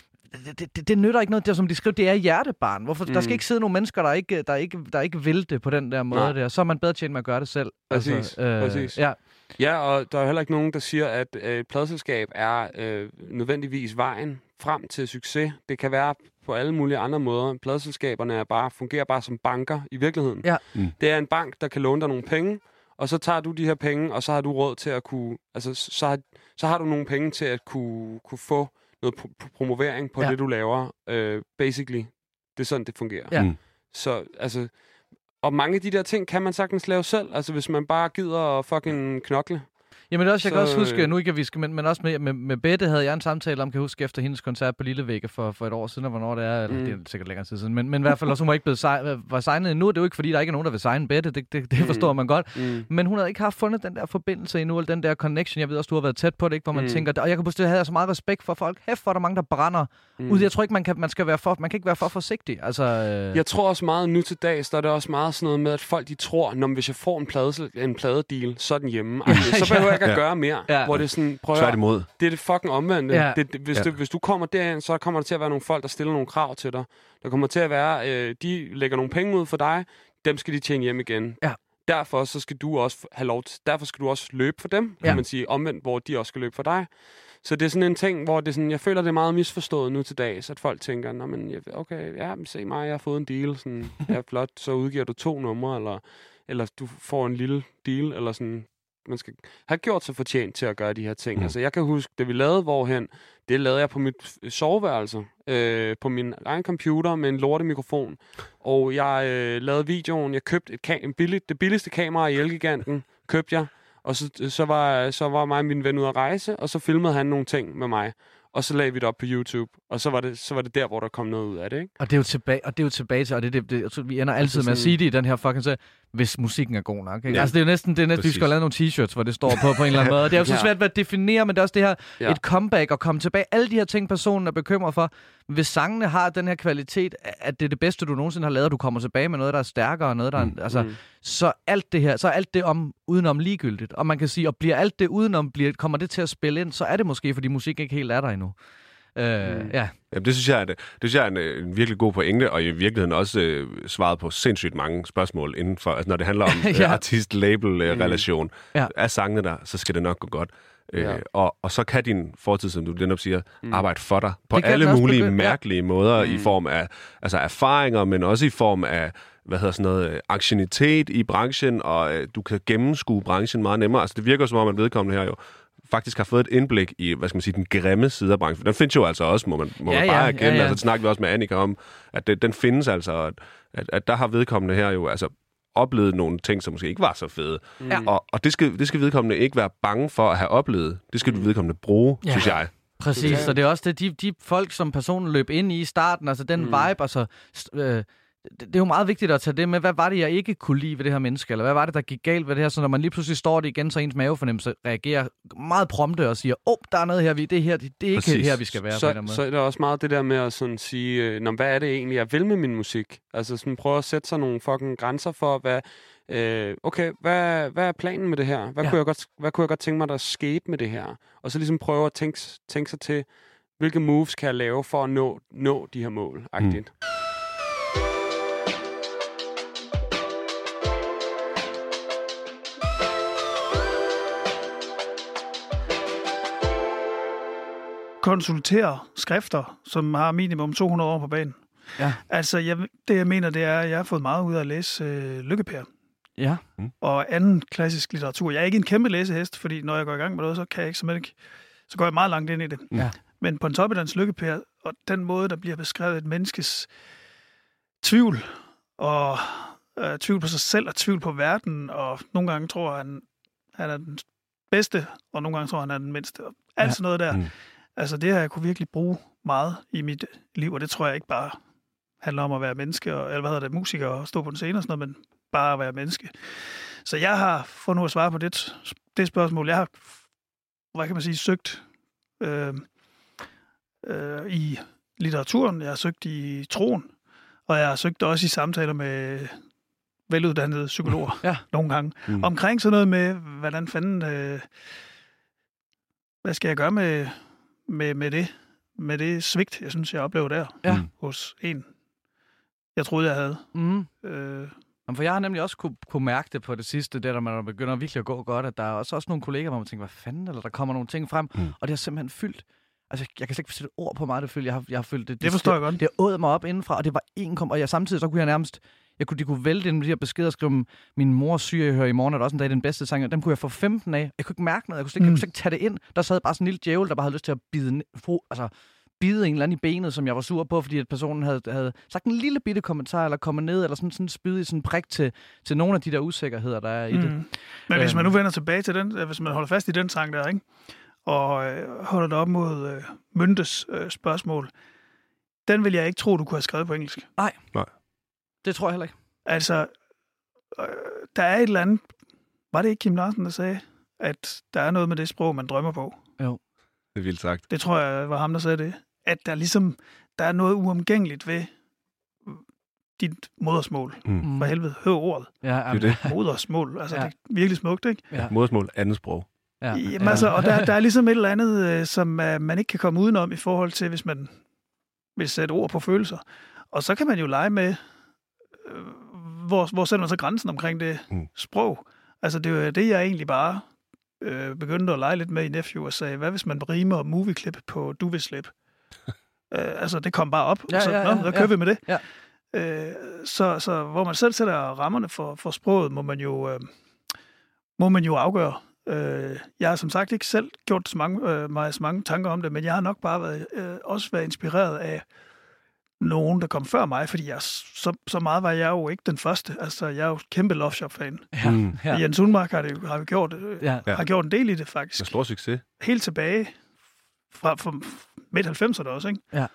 Det, det, det nytter ikke noget, det som de skriver, det er hjertebarn. Hvorfor? Mm. Der skal ikke sidde nogle mennesker, der ikke, der ikke, der ikke vil det på den der måde. Nej. Der. Så er man bedre tjent med at gøre det selv. Præcis, altså, øh, præcis. Ja. ja, og der er heller ikke nogen, der siger, at øh, et pladselskab er øh, nødvendigvis vejen frem til succes. Det kan være på alle mulige andre måder. Pladselskaberne er bare, fungerer bare som banker i virkeligheden. Ja. Mm. Det er en bank, der kan låne dig nogle penge, og så tager du de her penge, og så har du råd til at kunne... Altså, så har, så har du nogle penge til at kunne, kunne få noget pro- promovering på ja. det, du laver. Uh, basically, det er sådan, det fungerer. Ja. Mm. Så, altså... Og mange af de der ting kan man sagtens lave selv, altså hvis man bare gider at fucking knokle. Jamen det er også, jeg så, kan også huske, nu ikke at vi skal, men, men også med, med, med Bette havde jeg en samtale om, kan jeg huske, efter hendes koncert på Lillevægge for, for et år siden, og hvornår det er, eller mm. det er sikkert længere tid siden, men, men i hvert fald også, hun var ikke blevet sig, var signet endnu, det er jo ikke, fordi der ikke er nogen, der vil signe Bette, det, det, det forstår mm. man godt, mm. men hun havde ikke haft fundet den der forbindelse endnu, eller den der connection, jeg ved også, du har været tæt på det, ikke, hvor man mm. tænker, og jeg kan huske, det havde jeg så meget respekt for folk, hæft, hvor der mange, der brænder mm. ud, jeg tror ikke, man kan, man skal være for, man kan ikke være for forsigtig, altså... Øh... Jeg tror også meget, nu til dags, der er det også meget sådan noget med, at folk, de tror, når hvis jeg får en, plade, en pladedeal, så er den hjemme, Ej, så behøver jeg ikke at gøre mere. Ja. Hvor det er sådan, prøv at imod. Det er det fucking omvendte. Ja. Det, det, hvis, ja. det, hvis du kommer derind, så kommer der til at være nogle folk, der stiller nogle krav til dig. Der kommer til at være, øh, de lægger nogle penge ud for dig, dem skal de tjene hjem igen. Ja. Derfor så skal du også have lov til, derfor skal du også løbe for dem, ja. kan man sige, omvendt, hvor de også skal løbe for dig. Så det er sådan en ting, hvor det er sådan, jeg føler, det er meget misforstået nu til dags, at folk tænker, nå, men okay, ja, men se mig, jeg har fået en deal, sådan, ja, flot, så udgiver du to numre, eller, eller du får en lille deal, eller sådan. Man skal have gjort sig fortjent til at gøre de her ting. Mm. Altså, jeg kan huske, det vi lavede hvorhen, det lavede jeg på mit soveværelse, øh, på min egen computer med en lortemikrofon. Og jeg øh, lavede videoen, jeg købte et ka- en billig, det billigste kamera i Elgiganten, købte jeg. Og så, så, var, så var mig og min ven ude at rejse, og så filmede han nogle ting med mig. Og så lagde vi det op på YouTube, og så var det, så var det der, hvor der kom noget ud af det, ikke? Og det er jo tilbage, og det er jo tilbage til, og det, det, det, det vi ender altid med at sige det i den her fucking serie, hvis musikken er god nok, ikke? Ja. Altså det er jo næsten, det er næsten vi skal lave nogle t-shirts, hvor det står på på en eller anden måde. Og det er jo så svært at definere, men det er også det her, ja. et comeback og komme tilbage. Alle de her ting, personen er bekymret for. Hvis sangene har den her kvalitet, at det er det bedste, du nogensinde har lavet, du kommer tilbage med noget, der er stærkere, noget, der er, mm. altså, mm. så alt det her, så er alt det om, udenom ligegyldigt. Og man kan sige, og bliver alt det udenom, bliver, kommer det til at spille ind, så er det måske, fordi musik ikke helt er der endnu. Uh, mm. ja. Jamen, det synes jeg er, det, det synes jeg er en, en virkelig god pointe, og i virkeligheden også øh, svaret på sindssygt mange spørgsmål inden for, altså, når det handler om ja. øh, artist-label-relation. Øh, ja. Er sangene der, så skal det nok gå godt. Ja. Øh, og, og så kan din fortid, som du netop siger, mm. arbejde for dig på alle mulige begynde, mærkelige ja. måder, mm. i form af altså erfaringer, men også i form af hvad hedder sådan noget, aktionitet i branchen, og øh, du kan gennemskue branchen meget nemmere. Altså det virker som om, at vedkommende her jo faktisk har fået et indblik i, hvad skal man sige, den grimme side af branchen. Den findes jo altså også, må man, må ja, man bare ja, erkende. Ja, ja. Altså, det snakker vi også med Annika om, at det, den findes altså, at, at der har vedkommende her jo altså oplevet nogle ting, som måske ikke var så fede. Mm. Og, og det, skal, det skal vedkommende ikke være bange for at have oplevet. Det skal mm. vedkommende bruge, ja. synes jeg. Præcis, så det er også det, de, de folk, som personen løb ind i i starten, altså den mm. vibe, altså... Øh, det, det er jo meget vigtigt at tage det med, hvad var det, jeg ikke kunne lide ved det her menneske, eller hvad var det, der gik galt ved det her, så når man lige pludselig står det igen, så ens mavefornemmelse reagerer meget prompte og siger, åh, oh, der er noget her, vi, det, her, det er ikke Præcis. her, vi skal være så, på en eller måde. Så er det også meget det der med at sådan sige, øh, hvad er det egentlig, jeg vil med min musik? Altså sådan prøve at sætte sig nogle fucking grænser for, hvad, øh, okay, hvad, hvad er planen med det her? Hvad, ja. kunne jeg godt, hvad kunne jeg godt tænke mig, der skete med det her? Og så ligesom prøve at tænke, tænke sig til, hvilke moves kan jeg lave for at nå, nå de her mål, agtigt. Mm. Konsultere skrifter, som har minimum to hundrede år på banen. Ja. Altså, jeg, det jeg mener, det er, at jeg har fået meget ud af at læse øh, Lykke-Per. Ja. Mm. Og anden klassisk litteratur. Jeg er ikke en kæmpe læsehest, fordi når jeg går i gang med noget, så kan jeg ikke så ikke, så går jeg meget langt ind i det. Ja. Men på en Toppedans Lykke-Per, og den måde, der bliver beskrevet et menneskes tvivl, og øh, tvivl på sig selv, og tvivl på verden, og nogle gange tror han, han er den bedste, og nogle gange tror han er den mindste. Og alt ja. sådan noget der. Mm. Altså det har jeg kunne virkelig bruge meget i mit liv, og det tror jeg ikke bare handler om at være menneske, og, eller hvad hedder det, musiker og stå på en scene og sådan noget, men bare at være menneske. Så jeg har, for nu at svare på det, det spørgsmål, jeg har, hvad kan man sige, søgt øh, øh, i litteraturen, jeg har søgt i troen, og jeg har søgt også i samtaler med veluddannede psykologer ja. nogle gange, mm. omkring sådan noget med, hvordan fanden, øh, hvad skal jeg gøre med... Med, med, det, med det svigt, jeg synes, jeg oplever der ja. hos en, jeg troede, jeg havde. Mm. Øh. For jeg har nemlig også kunne, kunne mærke det på det sidste, der, når man begynder virkelig at gå godt, at der er også, også nogle kolleger, hvor man tænker, hvad fanden, eller der kommer nogle ting frem, mm. og det har simpelthen fyldt. Altså, jeg kan slet ikke sætte ord på mig, det følte. Jeg har, jeg har følt det. Det forstår det, jeg godt. Det har ådet mig op indenfra, og det var en kom, og jeg samtidig, så kunne jeg nærmest, jeg kunne, de kunne vælte ind med de her beskeder og skrive, min mor syge, jeg hører i morgen, er der også en dag den bedste sang, dem kunne jeg få femten af. Jeg kunne ikke mærke noget, jeg kunne slet, mm. jeg kunne slet ikke tage det ind. Der sad bare sådan en lille djævel, der bare havde lyst til at bide, altså, bide en eller anden i benet, som jeg var sur på, fordi at personen havde, havde sagt en lille bitte kommentar, eller kommet ned, eller sådan, sådan spydet i sådan en prik til, til nogle af de der usikkerheder, der er i mm. det. Men hvis man nu vender tilbage til den, hvis man holder fast i den sang der, ikke? Og øh, holder det op mod øh, Myntes øh, spørgsmål, den vil jeg ikke tro, du kunne have skrevet på engelsk. Nej. Nej. Det tror jeg heller ikke. Altså, øh, der er et eller andet... Var det ikke Kim Larsen, der sagde, at der er noget med det sprog, man drømmer på? Jo. Det er vildt sagt. Det tror jeg var ham, der sagde det. At der ligesom... Der er noget uomgængeligt ved dit modersmål. Mm. For helvede, hør ordet. Ja, det er det. Modersmål. Altså, ja. Det er virkelig smukt, ikke? Ja. Modersmål, andet sprog. Ja. Jamen, altså, og der, der er ligesom et eller andet, øh, som uh, man ikke kan komme udenom i forhold til, hvis man vil sætte ord på følelser. Og så kan man jo lege med, øh, hvor, hvor sætter man så grænsen omkring det mm. sprog. Altså, det er jo det, jeg egentlig bare øh, begyndte at lege lidt med i Nephew og sagde, hvad hvis man rimer movieklip på Du vil slippe? øh, altså, det kom bare op, ja, og så, ja, ja, nå, så kører ja. vi med det. Ja. Øh, så, så hvor man selv sætter rammerne for, for sproget, må man jo, øh, må man jo afgøre. Øh, jeg har som sagt ikke selv gjort så mange, øh, mig så mange tanker om det, men jeg har nok bare været, øh, også været inspireret af nogen, der kom før mig, fordi jeg, så, så meget var jeg jo ikke den første. Altså, jeg er jo kæmpe Love Shop-fan. Ja, mm. ja. Jens Unmark har, det, har, gjort, øh, ja. har gjort en del i det, faktisk. Med stor succes. Helt tilbage fra, fra midt halvfemserne også, ikke? Ja.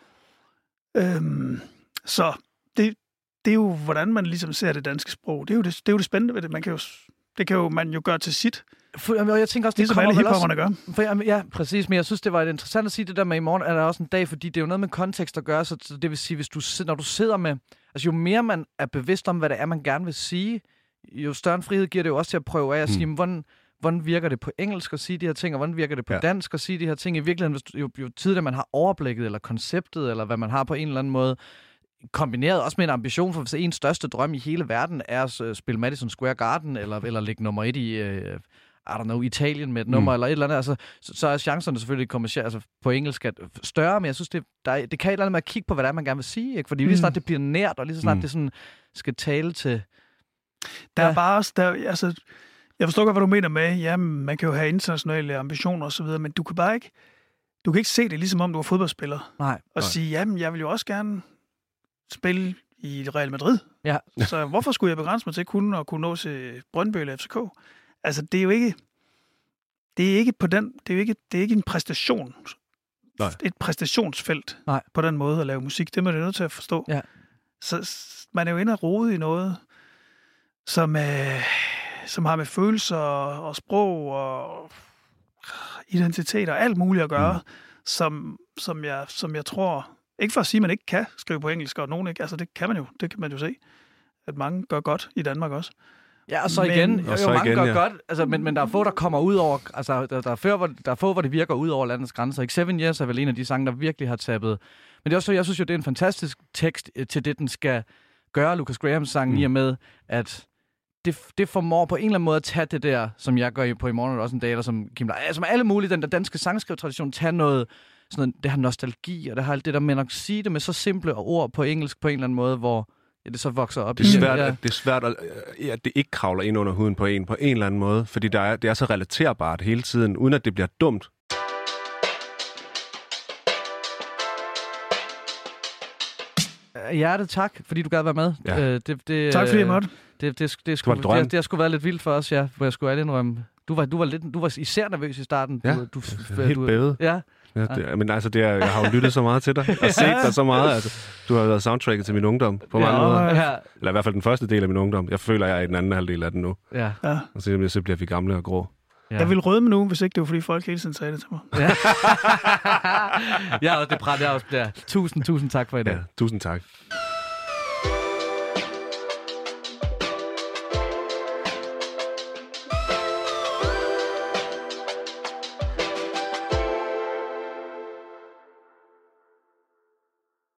Øhm, så det, det er jo, hvordan man ligesom ser det danske sprog. Det er jo det, det, er jo det spændende ved det. Man kan jo, det kan jo man jo gøre til sit. For, og jeg tænker også, det ligesom alle hiphopperne gør. For, jamen, ja, præcis. Men jeg synes, det var interessant at sige det der med, i morgen er der også en dag, fordi det er jo noget med kontekst at gøre. Så, så det vil sige, hvis du, når du sidder med... Altså, jo mere man er bevidst om, hvad det er, man gerne vil sige, jo større en frihed giver det jo også til at prøve af at sige, hmm. hvordan, hvordan virker det på engelsk at sige de her ting, og hvordan virker det på ja. dansk at sige de her ting. I virkeligheden, hvis du, jo, jo tidligere man har overblikket, eller konceptet, eller hvad man har på en eller anden måde, kombineret også med en ambition, for hvis ens største drøm i hele verden er at spille Madison Square Garden, eller, eller ligge nummer et i... Øh, I don't know, Italien med et nummer mm. eller et eller andet, altså, så, så er chancerne selvfølgelig kommercielt, altså på engelsk at større, men jeg synes, det, der er, det kan et eller andet med at kigge på, hvad det er, man gerne vil sige, ikke? Fordi mm. lige så snart det bliver nært, og lige så snart mm. det sådan skal tale til... Der ja. er bare også, der, altså, jeg forstår godt, hvad du mener med, ja, man kan jo have internationale ambitioner og så videre, men du kan bare ikke, du kan ikke se det, ligesom om du er fodboldspiller. Nej. Og Nej. sige, jamen, jeg vil jo også gerne spille i Real Madrid. Ja. Så hvorfor skulle jeg begrænse mig til kun at kunne nå til Brøndby eller F C K? Altså, det er jo ikke... Det er ikke på den, det er jo ikke, det er ikke en præstation, Nej. et præstationsfelt Nej. på den måde at lave musik. Det må du nødt til at forstå. Ja. så man er jo inde og rode i noget, som, øh, som har med følelser og sprog og identitet og alt muligt at gøre, mm. som, som, jeg, som jeg tror, ikke for at sige, at man ikke kan skrive på engelsk, og nogen ikke, altså det kan man jo, det kan man jo se, at mange gør godt i Danmark også. Ja, og så igen, men, jo, og så jo, mange igen, gør ja. godt, altså, men, men der er få, der kommer ud over, altså der, der, er få, hvor, der er få, hvor det virker ud over landets grænser. Ikke? Seven Years er vel en af de sange, der virkelig har tappet. Men det er også, jeg synes jo, det er en fantastisk tekst til det, den skal gøre, Lucas Grahams sang, mm. i og med, at det, det formår på en eller anden måde at tage det der, som jeg gør på I Morgen eller også en dag, eller som Kim Larsen, som alle mulige, den der danske sangskrivetradition, tage noget, sådan noget, det har nostalgi, og det har alt det der med at sige det med så simple ord på engelsk på en eller anden måde, hvor ja, det så vokser op. Det er svært, ja. at, det er svært at, at det ikke kravler ind under huden på en på en eller anden måde, fordi der er, det er så relaterbart hele tiden, uden at det bliver dumt. Hjertet, tak, fordi du gad være med. Ja. Øh, det, det, tak fordi jeg måtte. Det, det, det, det, skulle, det, det, det har sgu været lidt vildt for os, ja, hvor jeg skulle alle indrømme. Du var, du var, lidt, du var især nervøs i starten. Ja, du, du, du, helt bævet. Ja. Ja, det, men altså, det er, jeg har jo lyttet så meget til dig, og set dig så meget. Altså, du har været soundtracket til min ungdom på mange ja, måder. Ja. Eller i hvert fald den første del af min ungdom. Jeg føler, jeg er i den anden halvdel af den nu. Ja. Ja. Og så, så bliver vi gamle og grå. Ja. Jeg vil rødme nu, hvis ikke det var, fordi folk hele tiden sagde det til mig. Ja. Jeg er også det præt, jeg også bliver. Tusind, tusind tak for i dag. Ja, tusind tak.